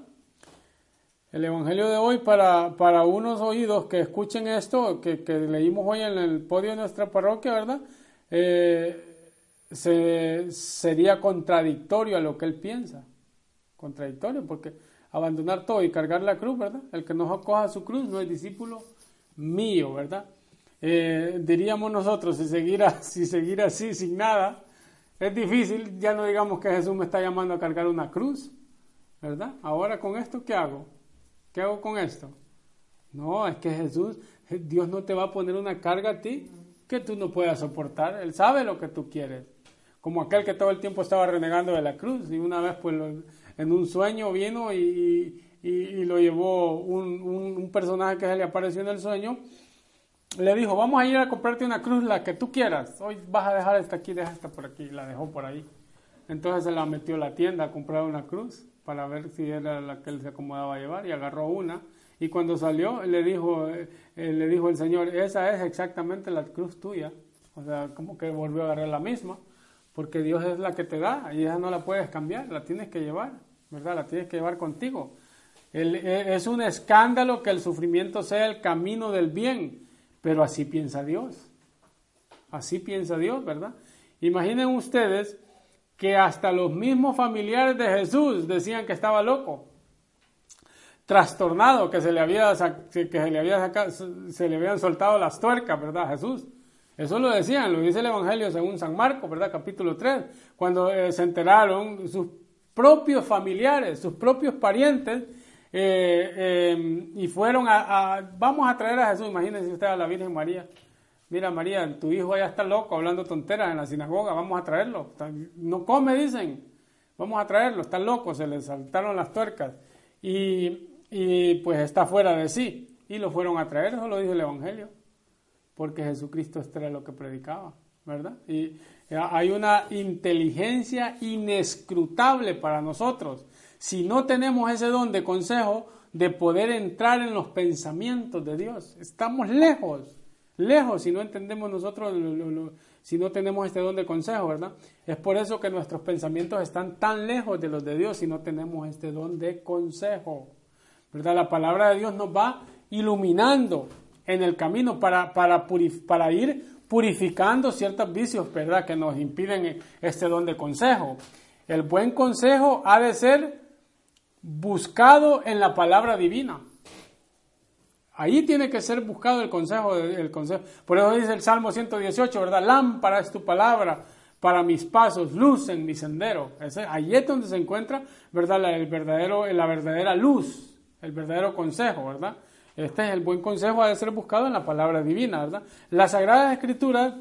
El Evangelio de hoy, para, para unos oídos que escuchen esto, que, que leímos hoy en el podio de nuestra parroquia, ¿verdad? Eh, se, sería contradictorio a lo que él piensa. Contradictorio, porque abandonar todo y cargar la cruz, ¿verdad? El que no coja su cruz no es discípulo mío, ¿verdad? Eh, diríamos nosotros, si seguir, si seguir así, sin nada, es difícil, ya no digamos que Jesús me está llamando a cargar una cruz, ¿verdad? Ahora con esto, ¿qué hago? ¿Qué hago con esto? No, es que Jesús, Dios no te va a poner una carga a ti que tú no puedas soportar, Él sabe lo que tú quieres, como aquel que todo el tiempo estaba renegando de la cruz, y una vez pues lo, en un sueño vino y, y, y lo llevó un, un, un personaje que se le apareció en el sueño. Le dijo, vamos a ir a comprarte una cruz, la que tú quieras. Hoy vas a dejar esta aquí, deja esta por aquí. La dejó por ahí. Entonces se la metió a la tienda a comprar una cruz para ver si era la que él se acomodaba a llevar, y agarró una. Y cuando salió, le dijo, eh, le dijo el Señor, esa es exactamente la cruz tuya. O sea, como que volvió a agarrar la misma, porque Dios es la que te da y esa no la puedes cambiar, la tienes que llevar, ¿verdad? La tienes que llevar contigo. El, es un escándalo que el sufrimiento sea el camino del bien, pero así piensa Dios. Así piensa Dios, ¿verdad? Imaginen ustedes que hasta los mismos familiares de Jesús decían que estaba loco, trastornado, que se le había que se le había sacado, se le habían soltado las tuercas, ¿verdad? Jesús. Eso lo decían, lo dice el Evangelio según San Marcos, ¿verdad? Capítulo tres, cuando eh, se enteraron sus propios familiares, sus propios parientes, eh, eh, y fueron a, a, vamos a traer a Jesús. Imagínense usted a la Virgen María. Mira, María, tu hijo ya está loco hablando tonteras en la sinagoga, vamos a traerlo. No come, dicen, vamos a traerlo, está loco, se le saltaron las tuercas y, y pues está fuera de sí. Y lo fueron a traer, eso lo dice el Evangelio, porque Jesucristo esto era lo que predicaba, ¿verdad? Y hay una inteligencia inescrutable para nosotros. Si no tenemos ese don de consejo, de poder entrar en los pensamientos de Dios, estamos lejos. Lejos si no entendemos nosotros, lo, lo, lo, si no tenemos este don de consejo, ¿verdad? Es por eso que nuestros pensamientos están tan lejos de los de Dios si no tenemos este don de consejo, ¿verdad? La palabra de Dios nos va iluminando en el camino para, para, purif- para ir purificando ciertos vicios, ¿verdad? Que nos impiden este don de consejo. El buen consejo ha de ser buscado en la palabra divina. Ahí tiene que ser buscado el consejo, el consejo. Por eso dice el Salmo ciento dieciocho, ¿verdad? Lámpara es tu palabra para mis pasos, luz en mi sendero. Ese, ahí es donde se encuentra, ¿verdad? La, el verdadero, la verdadera luz, el verdadero consejo, ¿verdad? Este es el buen consejo, ha de ser buscado en la palabra divina, ¿verdad? La Sagrada Escritura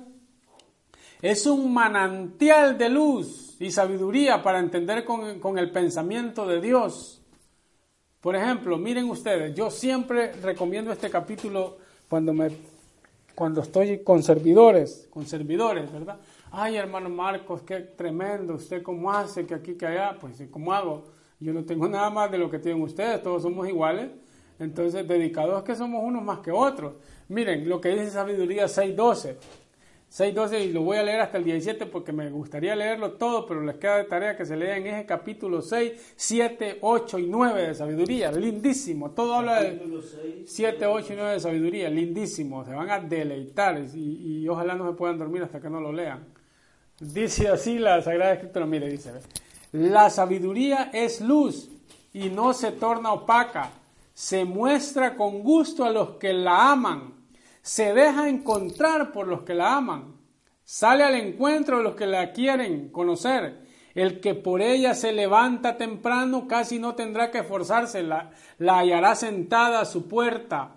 es un manantial de luz y sabiduría para entender con, con el pensamiento de Dios. Por ejemplo, miren ustedes, yo siempre recomiendo este capítulo cuando me cuando estoy con servidores, con servidores, ¿verdad? Ay, hermano Marcos, qué tremendo, usted cómo hace, que aquí, que allá, pues ¿cómo hago? Yo no tengo nada más de lo que tienen ustedes, todos somos iguales, entonces dedicados es que somos unos más que otros. Miren, lo que dice Sabiduría seis doce. seis doce, y lo voy a leer hasta el diecisiete porque me gustaría leerlo todo, pero les queda de tarea que se lea en ese capítulo seis, siete, ocho y nueve de Sabiduría, lindísimo, todo habla de siete, ocho y nueve de Sabiduría, lindísimo, se van a deleitar y, y ojalá no se puedan dormir hasta que no lo lean. Dice así la Sagrada Escritura, mire, dice, la sabiduría es luz y no se torna opaca, se muestra con gusto a los que la aman, se deja encontrar por los que la aman, sale al encuentro de los que la quieren conocer. El que por ella se levanta temprano casi no tendrá que esforzarse, la, la hallará sentada a su puerta.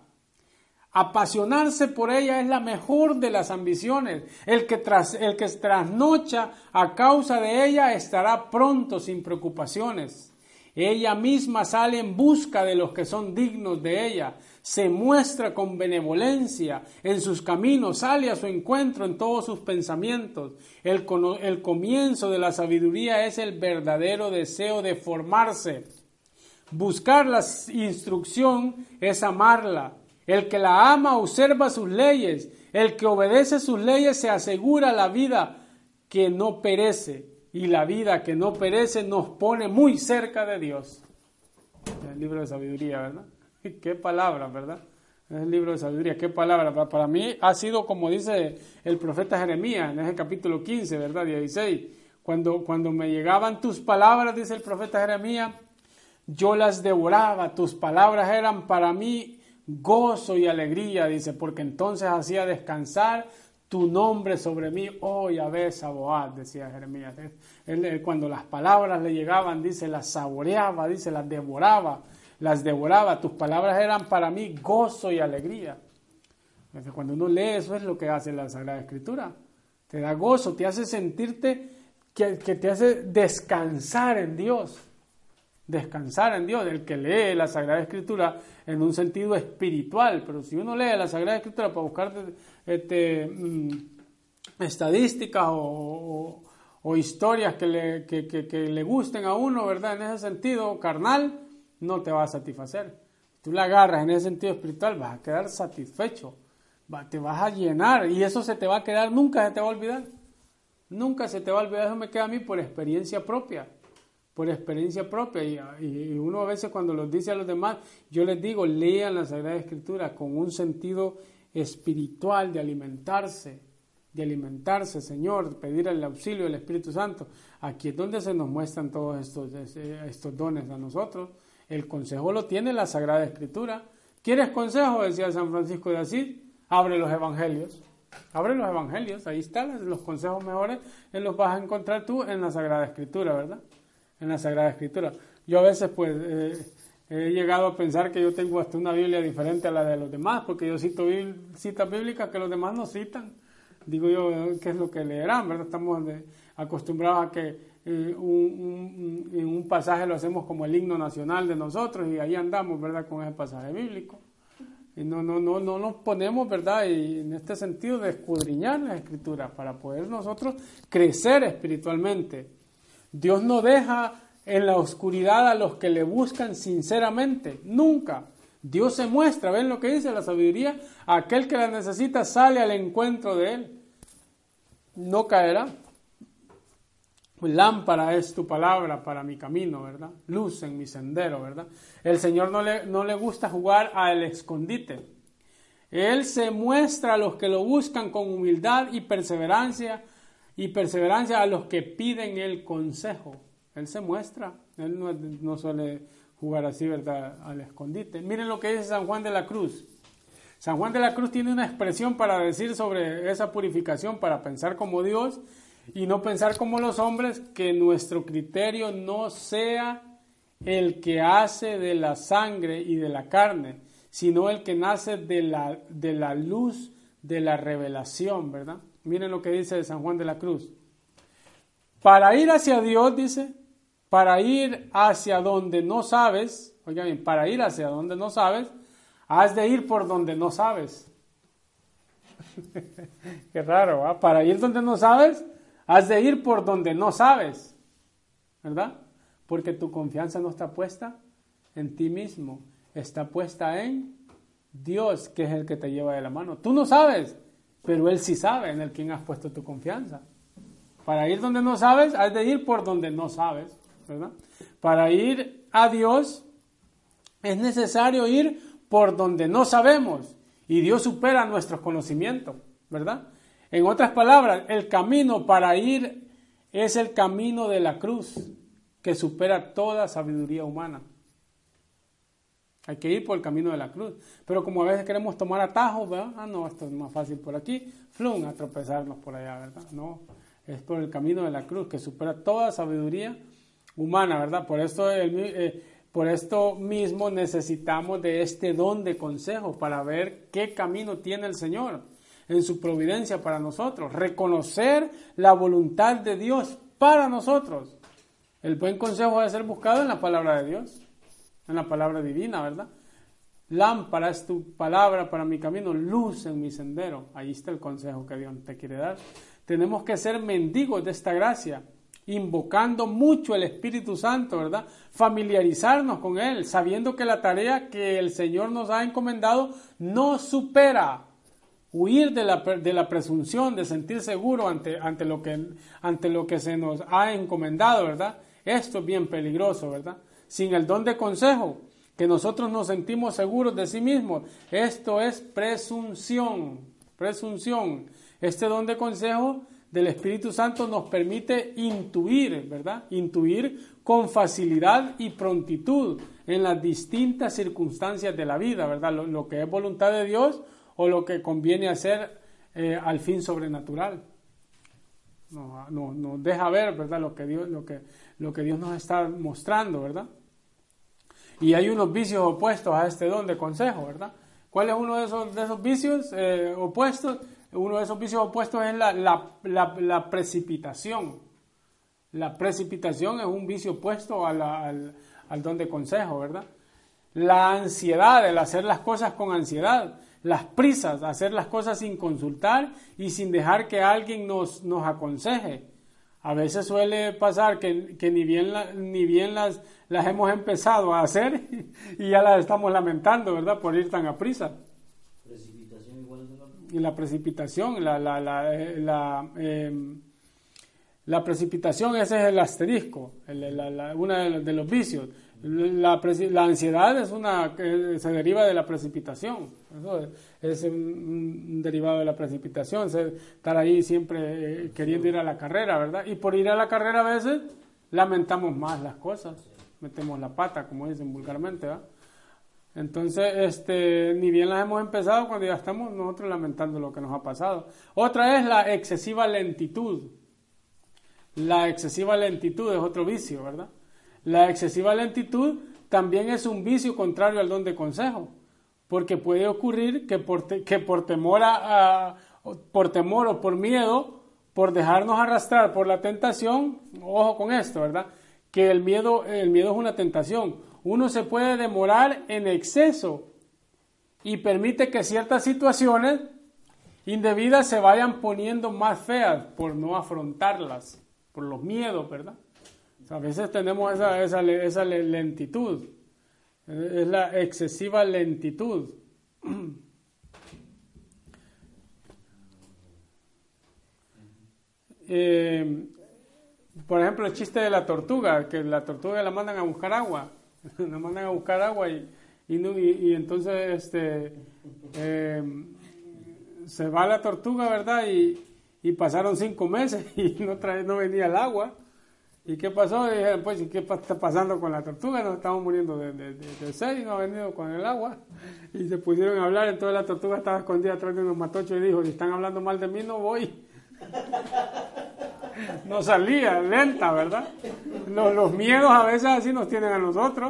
Apasionarse por ella es la mejor de las ambiciones. El que, tras, el que trasnocha a causa de ella estará pronto sin preocupaciones. Ella misma sale en busca de los que son dignos de ella. Se muestra con benevolencia en sus caminos, sale a su encuentro en todos sus pensamientos. El, el comienzo de la sabiduría es el verdadero deseo de formarse. Buscar la instrucción es amarla. El que la ama observa sus leyes. El que obedece sus leyes se asegura la vida que no perece. Y la vida que no perece nos pone muy cerca de Dios. El libro de Sabiduría, ¿verdad? Qué palabra, ¿verdad? Es el libro de Sabiduría, qué palabra. Para mí ha sido como dice el profeta Jeremías en ese capítulo quince, ¿verdad? dieciséis. Cuando, cuando me llegaban tus palabras, dice el profeta Jeremías, yo las devoraba. Tus palabras eran para mí gozo y alegría, dice, porque entonces hacía descansar tu nombre sobre mí, oh Yahvé Sabaoth, decía Jeremías. Él, él, cuando las palabras le llegaban, dice, las saboreaba, dice, las devoraba. Las devoraba, tus palabras eran para mí gozo y alegría. Entonces, cuando uno lee eso es lo que hace la Sagrada Escritura. Te da gozo, te hace sentirte, que, que te hace descansar en Dios. descansar en Dios, el que lee la Sagrada Escritura en un sentido espiritual. Pero si uno lee la Sagrada Escritura para buscar este, mm, estadísticas o, o, o historias que le, que, que, que le gusten a uno, ¿verdad? En ese sentido carnal, no te va a satisfacer. Tú la agarras en ese sentido espiritual, vas a quedar satisfecho, va, te vas a llenar y eso se te va a quedar, nunca se te va a olvidar. Nunca se te va a olvidar, eso me queda a mí por experiencia propia, por experiencia propia. Y, y uno a veces cuando los dice a los demás, yo les digo, lean la Sagrada Escritura con un sentido espiritual de alimentarse, de alimentarse, Señor, pedir el auxilio del Espíritu Santo. Aquí es donde se nos muestran todos estos, estos dones a nosotros. El consejo lo tiene la Sagrada Escritura. ¿Quieres consejo? Decía San Francisco de Asís. Abre los evangelios. Abre los evangelios. Ahí están los consejos mejores. En los vas a encontrar tú en la Sagrada Escritura, ¿verdad? En la Sagrada Escritura. Yo a veces pues eh, he llegado a pensar que yo tengo hasta una Biblia diferente a la de los demás, porque yo cito citas bíblicas que los demás no citan. Digo yo, ¿qué es lo que leerán? ¿Verdad? Estamos de, acostumbrados a que Eh, un, un, un pasaje lo hacemos como el himno nacional de nosotros y ahí andamos, ¿verdad? Con ese pasaje bíblico y no, no, no, no nos ponemos, ¿verdad? Y en este sentido de escudriñar las Escrituras para poder nosotros crecer espiritualmente. Dios no deja en la oscuridad a los que le buscan sinceramente, nunca. Dios se muestra, ¿ven lo que dice la sabiduría? Aquel que la necesita sale al encuentro de él, no caerá. Lámpara es tu palabra para mi camino, ¿verdad? Luz en mi sendero, ¿verdad? El Señor no le, no le gusta jugar al escondite. Él se muestra a los que lo buscan con humildad y perseverancia, y perseverancia a los que piden el consejo. Él se muestra. Él no, no suele jugar así, ¿verdad? Al escondite. Miren lo que dice San Juan de la Cruz. San Juan de la Cruz tiene una expresión para decir sobre esa purificación, para pensar como Dios y no pensar como los hombres, que nuestro criterio no sea el que hace de la sangre y de la carne, sino el que nace de la, de la luz de la revelación, ¿verdad? Miren lo que dice San Juan de la Cruz. Para ir hacia Dios, dice, para ir hacia donde no sabes, oigan bien, para ir hacia donde no sabes, has de ir por donde no sabes. Qué raro, ¿verdad? Para ir donde no sabes, has de ir por donde no sabes, ¿verdad? Porque tu confianza no está puesta en ti mismo, está puesta en Dios, que es el que te lleva de la mano. Tú no sabes, pero Él sí sabe en el quien has puesto tu confianza. Para ir donde no sabes, has de ir por donde no sabes, ¿verdad? Para ir a Dios es necesario ir por donde no sabemos, y Dios supera nuestros conocimientos, ¿verdad? En otras palabras, el camino para ir es el camino de la cruz, que supera toda sabiduría humana. Hay que ir por el camino de la cruz. Pero como a veces queremos tomar atajos, ¿verdad? Ah, no, esto es más fácil por aquí, flum, a tropezarnos por allá, ¿verdad? No, es por el camino de la cruz, que supera toda sabiduría humana, ¿verdad? Por esto, el, eh, por esto mismo necesitamos de este don de consejo para ver qué camino tiene el Señor en su providencia para nosotros, reconocer la voluntad de Dios para nosotros. El buen consejo debe ser buscado en la palabra de Dios, en la palabra divina, ¿verdad? Lámpara es tu palabra para mi camino, luz en mi sendero. Ahí está el consejo que Dios te quiere dar. Tenemos que ser mendigos de esta gracia, invocando mucho el Espíritu Santo, ¿verdad? Familiarizarnos con Él, sabiendo que la tarea que el Señor nos ha encomendado no supera. Huir de la, de la presunción de sentir seguro ante, ante, lo que, ante lo que se nos ha encomendado, ¿verdad? Esto es bien peligroso, ¿verdad? Sin el don de consejo, que nosotros nos sentimos seguros de sí mismos. Esto es presunción, presunción. Este don de consejo del Espíritu Santo nos permite intuir, ¿verdad? Intuir con facilidad y prontitud en las distintas circunstancias de la vida, ¿verdad? Lo, lo que es voluntad de Dios o lo que conviene hacer eh, al fin sobrenatural. Nos no, no deja ver, ¿verdad? Lo que Dios, lo que, lo que Dios nos está mostrando, ¿verdad? Y hay unos vicios opuestos a este don de consejo, ¿verdad? ¿Cuál es uno de esos, de esos vicios eh, opuestos? Uno de esos vicios opuestos es la, la, la, la precipitación. La precipitación es un vicio opuesto a la, al, al don de consejo, ¿verdad? La ansiedad, el hacer las cosas con ansiedad, las prisas, hacer las cosas sin consultar y sin dejar que alguien nos, nos aconseje. A veces suele pasar que, que ni bien, la, ni bien las, las hemos empezado a hacer y ya las estamos lamentando, ¿verdad? Por ir tan a prisa. Precipitación igual es la... Y la precipitación, la, la, la, la, eh, la precipitación, ese es el asterisco, el, la, la, uno de, de los vicios. La, la ansiedad es una que se deriva de la precipitación. Eso es, es un, un derivado de la precipitación, se, estar ahí siempre eh, queriendo ir a la carrera, ¿verdad? Y por ir a la carrera a veces lamentamos más las cosas, metemos la pata, como dicen vulgarmente, ¿verdad? Entonces, este, ni bien las hemos empezado cuando ya estamos nosotros lamentando lo que nos ha pasado. Otra es la excesiva lentitud. La excesiva lentitud es otro vicio, ¿verdad? La excesiva lentitud también es un vicio contrario al don de consejo, porque puede ocurrir que por, te, que por temor a, a, por temor o por miedo, por dejarnos arrastrar por la tentación, ojo con esto, ¿verdad? Que el miedo, el miedo es una tentación. Uno se puede demorar en exceso y permite que ciertas situaciones indebidas se vayan poniendo más feas por no afrontarlas, por los miedos, ¿verdad? A veces tenemos esa, esa, esa lentitud, es la excesiva lentitud. Eh, por ejemplo, el chiste de la tortuga, que la tortuga la mandan a buscar agua, la mandan a buscar agua y, y, y, y entonces este, eh, se va la tortuga, ¿verdad? Y, y pasaron cinco meses y no, trae, no venía el agua. ¿Y qué pasó? Y dijeron, pues, ¿qué está pasando con la tortuga? Nos estamos muriendo de, de, de, de sed y no ha venido con el agua. Y se pusieron a hablar, entonces la tortuga estaba escondida atrás de unos matochos y dijo, si están hablando mal de mí, no voy. No salía, lenta, ¿verdad? Los, los miedos a veces así nos tienen a nosotros.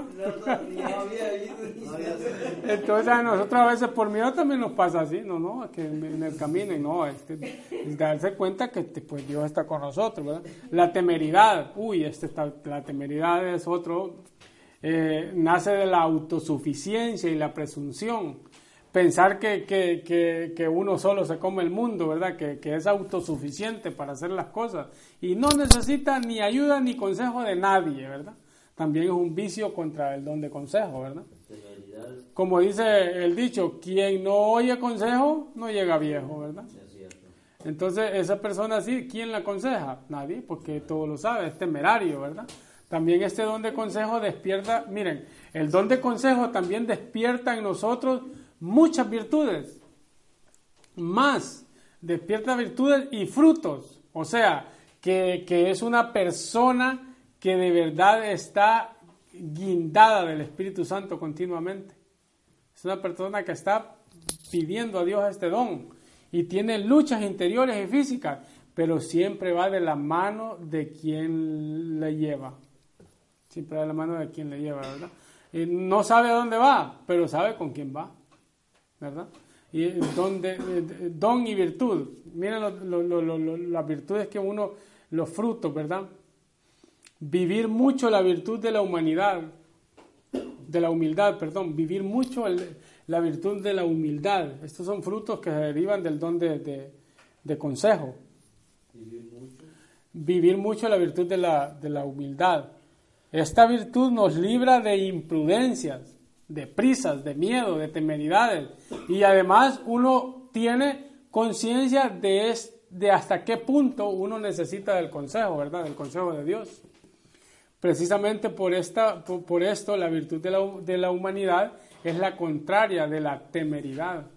Entonces a nosotros a veces por miedo también nos pasa así, no, no, que en el camino, y no, es, que, es darse cuenta que pues Dios está con nosotros, ¿verdad? La temeridad, uy, este está, la temeridad es otro, eh, nace de la autosuficiencia y la presunción. Pensar que, que, que, que uno solo se come el mundo, ¿verdad? Que, que es autosuficiente para hacer las cosas y no necesita ni ayuda ni consejo de nadie, ¿verdad? También es un vicio contra el don de consejo, ¿verdad? Como dice el dicho, quien no oye consejo no llega viejo, ¿verdad? Entonces, esa persona así, ¿quién la aconseja? Nadie, porque todo lo sabe, es temerario, ¿verdad? También este don de consejo despierta, miren, el don de consejo también despierta en nosotros muchas virtudes, más, despierta virtudes y frutos, o sea, que, que es una persona que de verdad está guindada del Espíritu Santo continuamente. Es una persona que está pidiendo a Dios este don y tiene luchas interiores y físicas, pero siempre va de la mano de quien le lleva. Siempre va de la mano de quien le lleva, ¿verdad? Y no sabe a dónde va, pero sabe con quién va, ¿verdad? Y don, de, de, don y virtud. Miren lo, lo, lo, lo, las virtudes que uno, los frutos, ¿verdad? Vivir mucho la virtud de la humanidad, de la humildad, perdón, vivir mucho el, la virtud de la humildad. Estos son frutos que se derivan del don de, de, de consejo. Vivir mucho. Vivir mucho la virtud de la, de la humildad. Esta virtud nos libra de imprudencias, de prisas, de miedo, de temeridades. Y además uno tiene conciencia de, es, de hasta qué punto uno necesita del consejo, ¿verdad? Del consejo de Dios. Precisamente por, esta, por, por esto la virtud de la, de la humanidad es la contraria de la temeridad.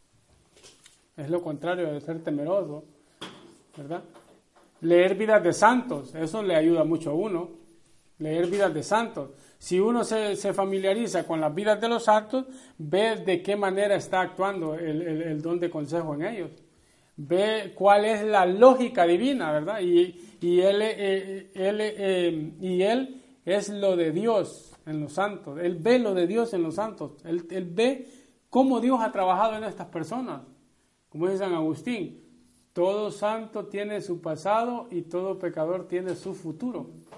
Es lo contrario de ser temeroso, ¿verdad? Leer vidas de santos, eso le ayuda mucho a uno. Leer vidas de santos. Si uno se, se familiariza con las vidas de los santos, ve de qué manera está actuando el, el, el don de consejo en ellos. Ve cuál es la lógica divina, ¿verdad? Y, y, él, eh, él, eh, y él es lo de Dios en los santos. Él ve lo de Dios en los santos. Él, él ve cómo Dios ha trabajado en estas personas. Como dice San Agustín, todo santo tiene su pasado y todo pecador tiene su futuro.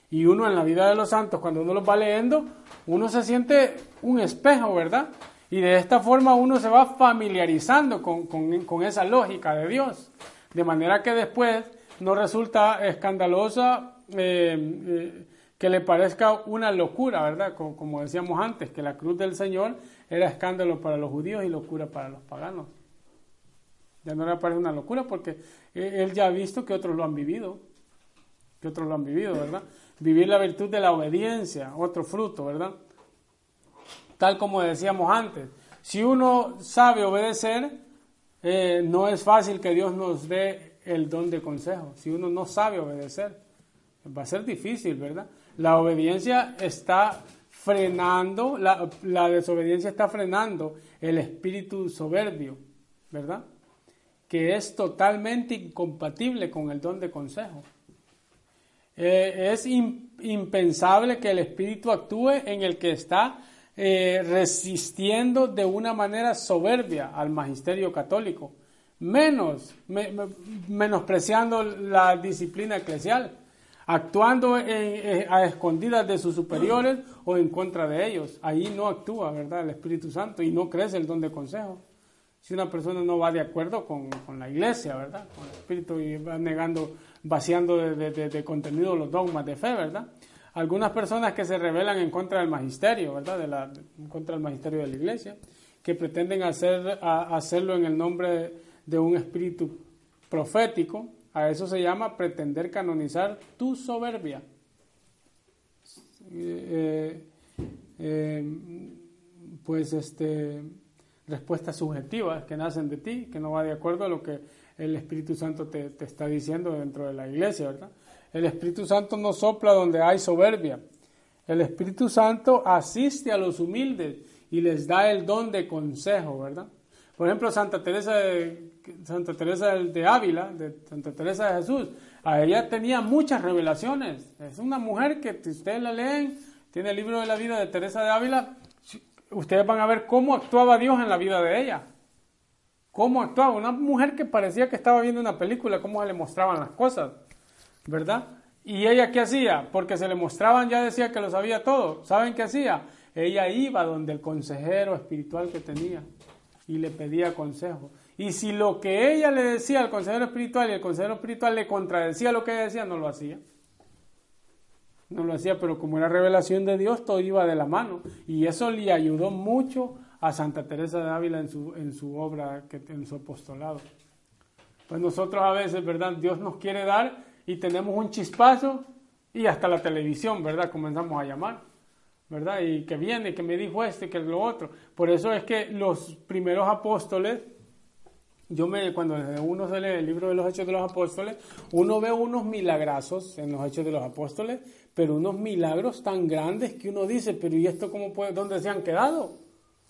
Y uno en la vida de los santos, cuando uno los va leyendo, uno se siente un espejo, ¿verdad? Y de esta forma uno se va familiarizando con, con, con esa lógica de Dios. De manera que después no resulta escandalosa eh, eh, que le parezca una locura, ¿verdad? Como, como decíamos antes, que la cruz del Señor era escándalo para los judíos y locura para los paganos. Ya no le parece una locura porque él ya ha visto que otros lo han vivido. Que otros lo han vivido, ¿verdad? Vivir la virtud de la obediencia, otro fruto, ¿verdad? Tal como decíamos antes, si uno sabe obedecer, eh, no es fácil que Dios nos dé el don de consejo. Si uno no sabe obedecer, va a ser difícil, ¿verdad? La obediencia está frenando, la, la desobediencia está frenando el espíritu soberbio, ¿verdad? Que es totalmente incompatible con el don de consejo. Eh, es in, impensable que el espíritu actúe en el que está eh, resistiendo de una manera soberbia al magisterio católico, menos me, me, menospreciando la disciplina eclesial, actuando en, en, a escondidas de sus superiores o en contra de ellos. Ahí no actúa, ¿verdad?, el Espíritu Santo, y no crece el don de consejo. Si una persona no va de acuerdo con, con la iglesia, ¿verdad?, con el Espíritu, y va negando, vaciando de, de, de, de contenido los dogmas de fe, ¿verdad? Algunas personas que se rebelan en contra del magisterio, ¿verdad?, de la, en contra del magisterio de la iglesia, que pretenden hacer, a, hacerlo en el nombre de un espíritu profético. A eso se llama pretender canonizar tu soberbia. Eh, eh, pues este... respuestas subjetivas que nacen de ti, que no va de acuerdo a lo que el Espíritu Santo te, te está diciendo dentro de la iglesia, ¿verdad? El Espíritu Santo no sopla donde hay soberbia. El Espíritu Santo asiste a los humildes y les da el don de consejo, ¿verdad? Por ejemplo, Santa Teresa de, Santa Teresa de Ávila, de Santa Teresa de Jesús, a ella tenía muchas revelaciones. Es una mujer que, si ustedes la leen, tiene el libro de la vida de Teresa de Ávila, ustedes van a ver cómo actuaba Dios en la vida de ella. Cómo actuaba. Una mujer que parecía que estaba viendo una película, cómo se le mostraban las cosas, ¿verdad? ¿Y ella qué hacía? Porque se le mostraban, ya decía que lo sabía todo. ¿Saben qué hacía? Ella iba donde el consejero espiritual que tenía y le pedía consejo. Y si lo que ella le decía al consejero espiritual y el consejero espiritual le contradecía lo que ella decía, no lo hacía. No lo hacía, pero como era revelación de Dios, todo iba de la mano. Y eso le ayudó mucho a Santa Teresa de Ávila en su, en su obra, en su apostolado. Pues nosotros a veces, ¿verdad?, Dios nos quiere dar y tenemos un chispazo y hasta la televisión, ¿verdad?, comenzamos a llamar, ¿verdad? Y que viene, que me dijo este, que lo otro. Por eso es que los primeros apóstoles, yo me, cuando uno se lee el libro de los Hechos de los Apóstoles, uno ve unos milagrazos en los Hechos de los Apóstoles, pero unos milagros tan grandes que uno dice, pero ¿y esto cómo puede, dónde se han quedado?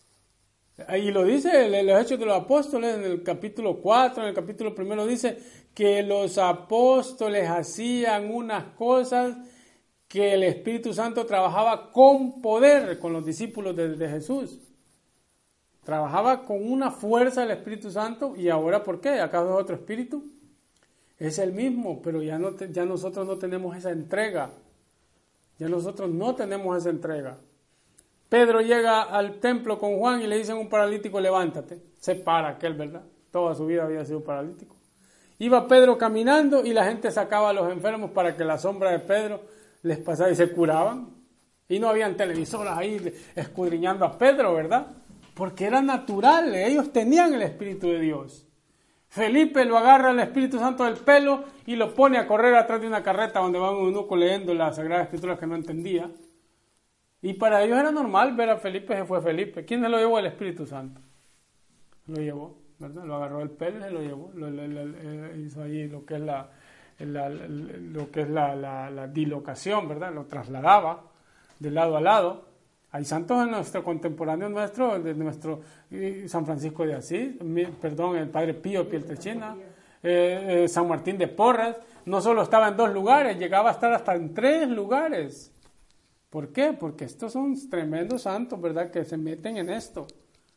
Ahí lo dice en los Hechos de los Apóstoles, en el capítulo cuatro, en el capítulo primero dice que los apóstoles hacían unas cosas que el Espíritu Santo trabajaba con poder con los discípulos de, de Jesús. Trabajaba con una fuerza el Espíritu Santo. ¿Y ahora por qué? ¿Acaso es otro espíritu? Es el mismo, pero ya, no te, ya nosotros no tenemos esa entrega. Ya nosotros no tenemos esa entrega. Pedro llega al templo con Juan y le dicen a un paralítico, levántate. Se para aquel, ¿verdad? Toda su vida había sido paralítico. Iba Pedro caminando y la gente sacaba a los enfermos para que la sombra de Pedro les pasara y se curaban. Y no habían televisoras ahí escudriñando a Pedro, ¿verdad? Porque era natural, ellos tenían el Espíritu de Dios. Felipe lo agarra el Espíritu Santo del pelo y lo pone a correr atrás de una carreta donde va un eunuco leyendo las Sagradas Escrituras que no entendía. Y para ellos era normal ver a Felipe, se fue Felipe. ¿Quién se lo llevó? El Espíritu Santo. Lo llevó, ¿verdad? Lo agarró del pelo y se lo llevó. Lo, lo, lo, lo, hizo allí lo que es la, la, lo que es la, la, la dilocación, ¿verdad? Lo trasladaba de lado a lado. Hay santos en nuestro contemporáneo nuestro, de nuestro San Francisco de Asís, perdón, el Padre Pío Pietrelcina, eh, eh, San Martín de Porras, no solo estaba en dos lugares, llegaba a estar hasta en tres lugares. ¿Por qué? Porque estos son tremendos santos, ¿verdad?, que se meten en esto.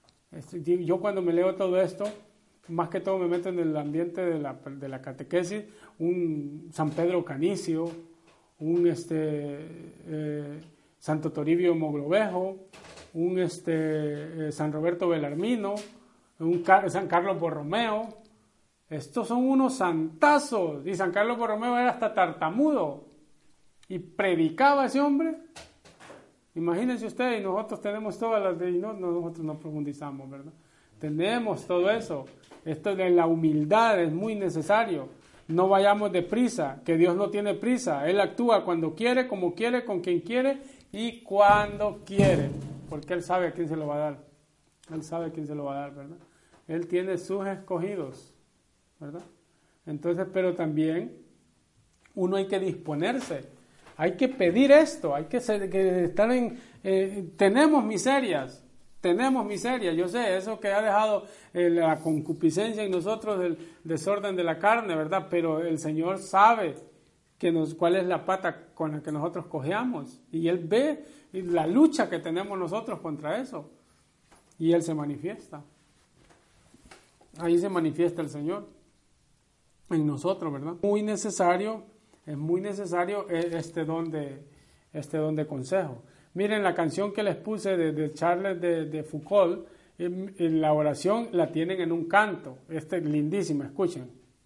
Yo cuando me leo todo esto, más que todo me meto en el ambiente de la, de la catequesis, un San Pedro Canicio, un este, eh, Santo Toribio Moglovejo, un este, eh, San Roberto Belarmino, un Car- San Carlos Borromeo. Estos son unos santazos. Y San Carlos Borromeo era hasta tartamudo. Y predicaba ese hombre. Imagínense ustedes, y nosotros tenemos todas las de... Y no, no, nosotros no profundizamos, ¿verdad? Tenemos todo eso. Esto de la humildad es muy necesario. No vayamos deprisa, que Dios no tiene prisa. Él actúa cuando quiere, como quiere, con quien quiere y cuando quiere. Porque Él sabe a quién se lo va a dar. Él sabe a quién se lo va a dar, ¿verdad? Él tiene sus escogidos, ¿verdad? Entonces, pero también uno hay que disponerse. Hay que pedir esto, hay que, ser, que estar en... Eh, tenemos miserias. Tenemos miseria, yo sé, eso que ha dejado eh, la concupiscencia en nosotros, el desorden de la carne, ¿verdad? Pero el Señor sabe que nos, cuál es la pata con la que nosotros cojeamos. Y Él ve la lucha que tenemos nosotros contra eso. Y Él se manifiesta. Ahí se manifiesta el Señor en nosotros, ¿verdad? Muy necesario, es muy necesario este don de, este don de consejo. Miren la canción que les puse de, de Charles de, de Foucault, en, en la oración la tienen en un canto. Este es lindísimo, escuchen.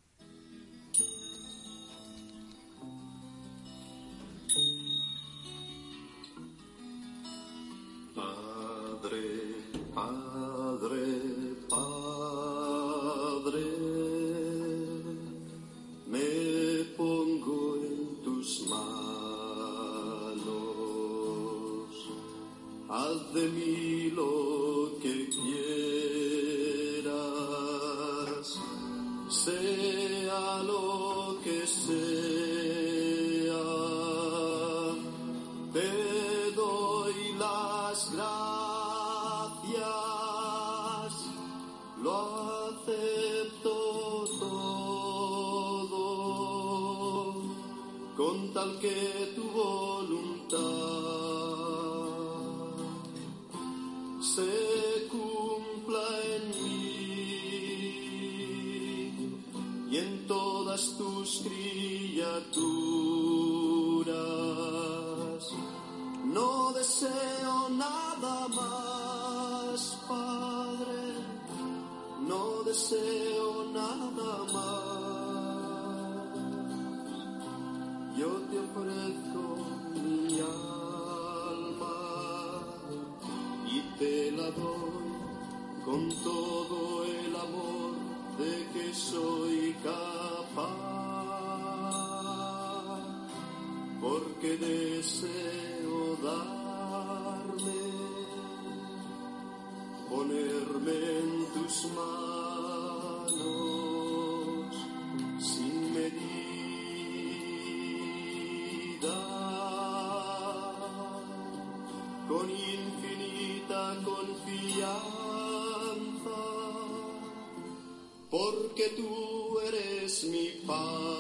Padre, Padre, Padre, me pongo en tus manos. Haz de mí lo que quieras, sea lo que sea, te doy las gracias, lo acepto todo, con tal que tu voluntad se cumpla en mí y en todas tus criaturas. No deseo nada más, Padre, no deseo nada más. Yo te ofrezco mi alma y te la doy con todo el amor de que soy capaz, porque deseo darme, ponerme en tus manos sin medida, con infinita confianza, porque tú eres mi Padre.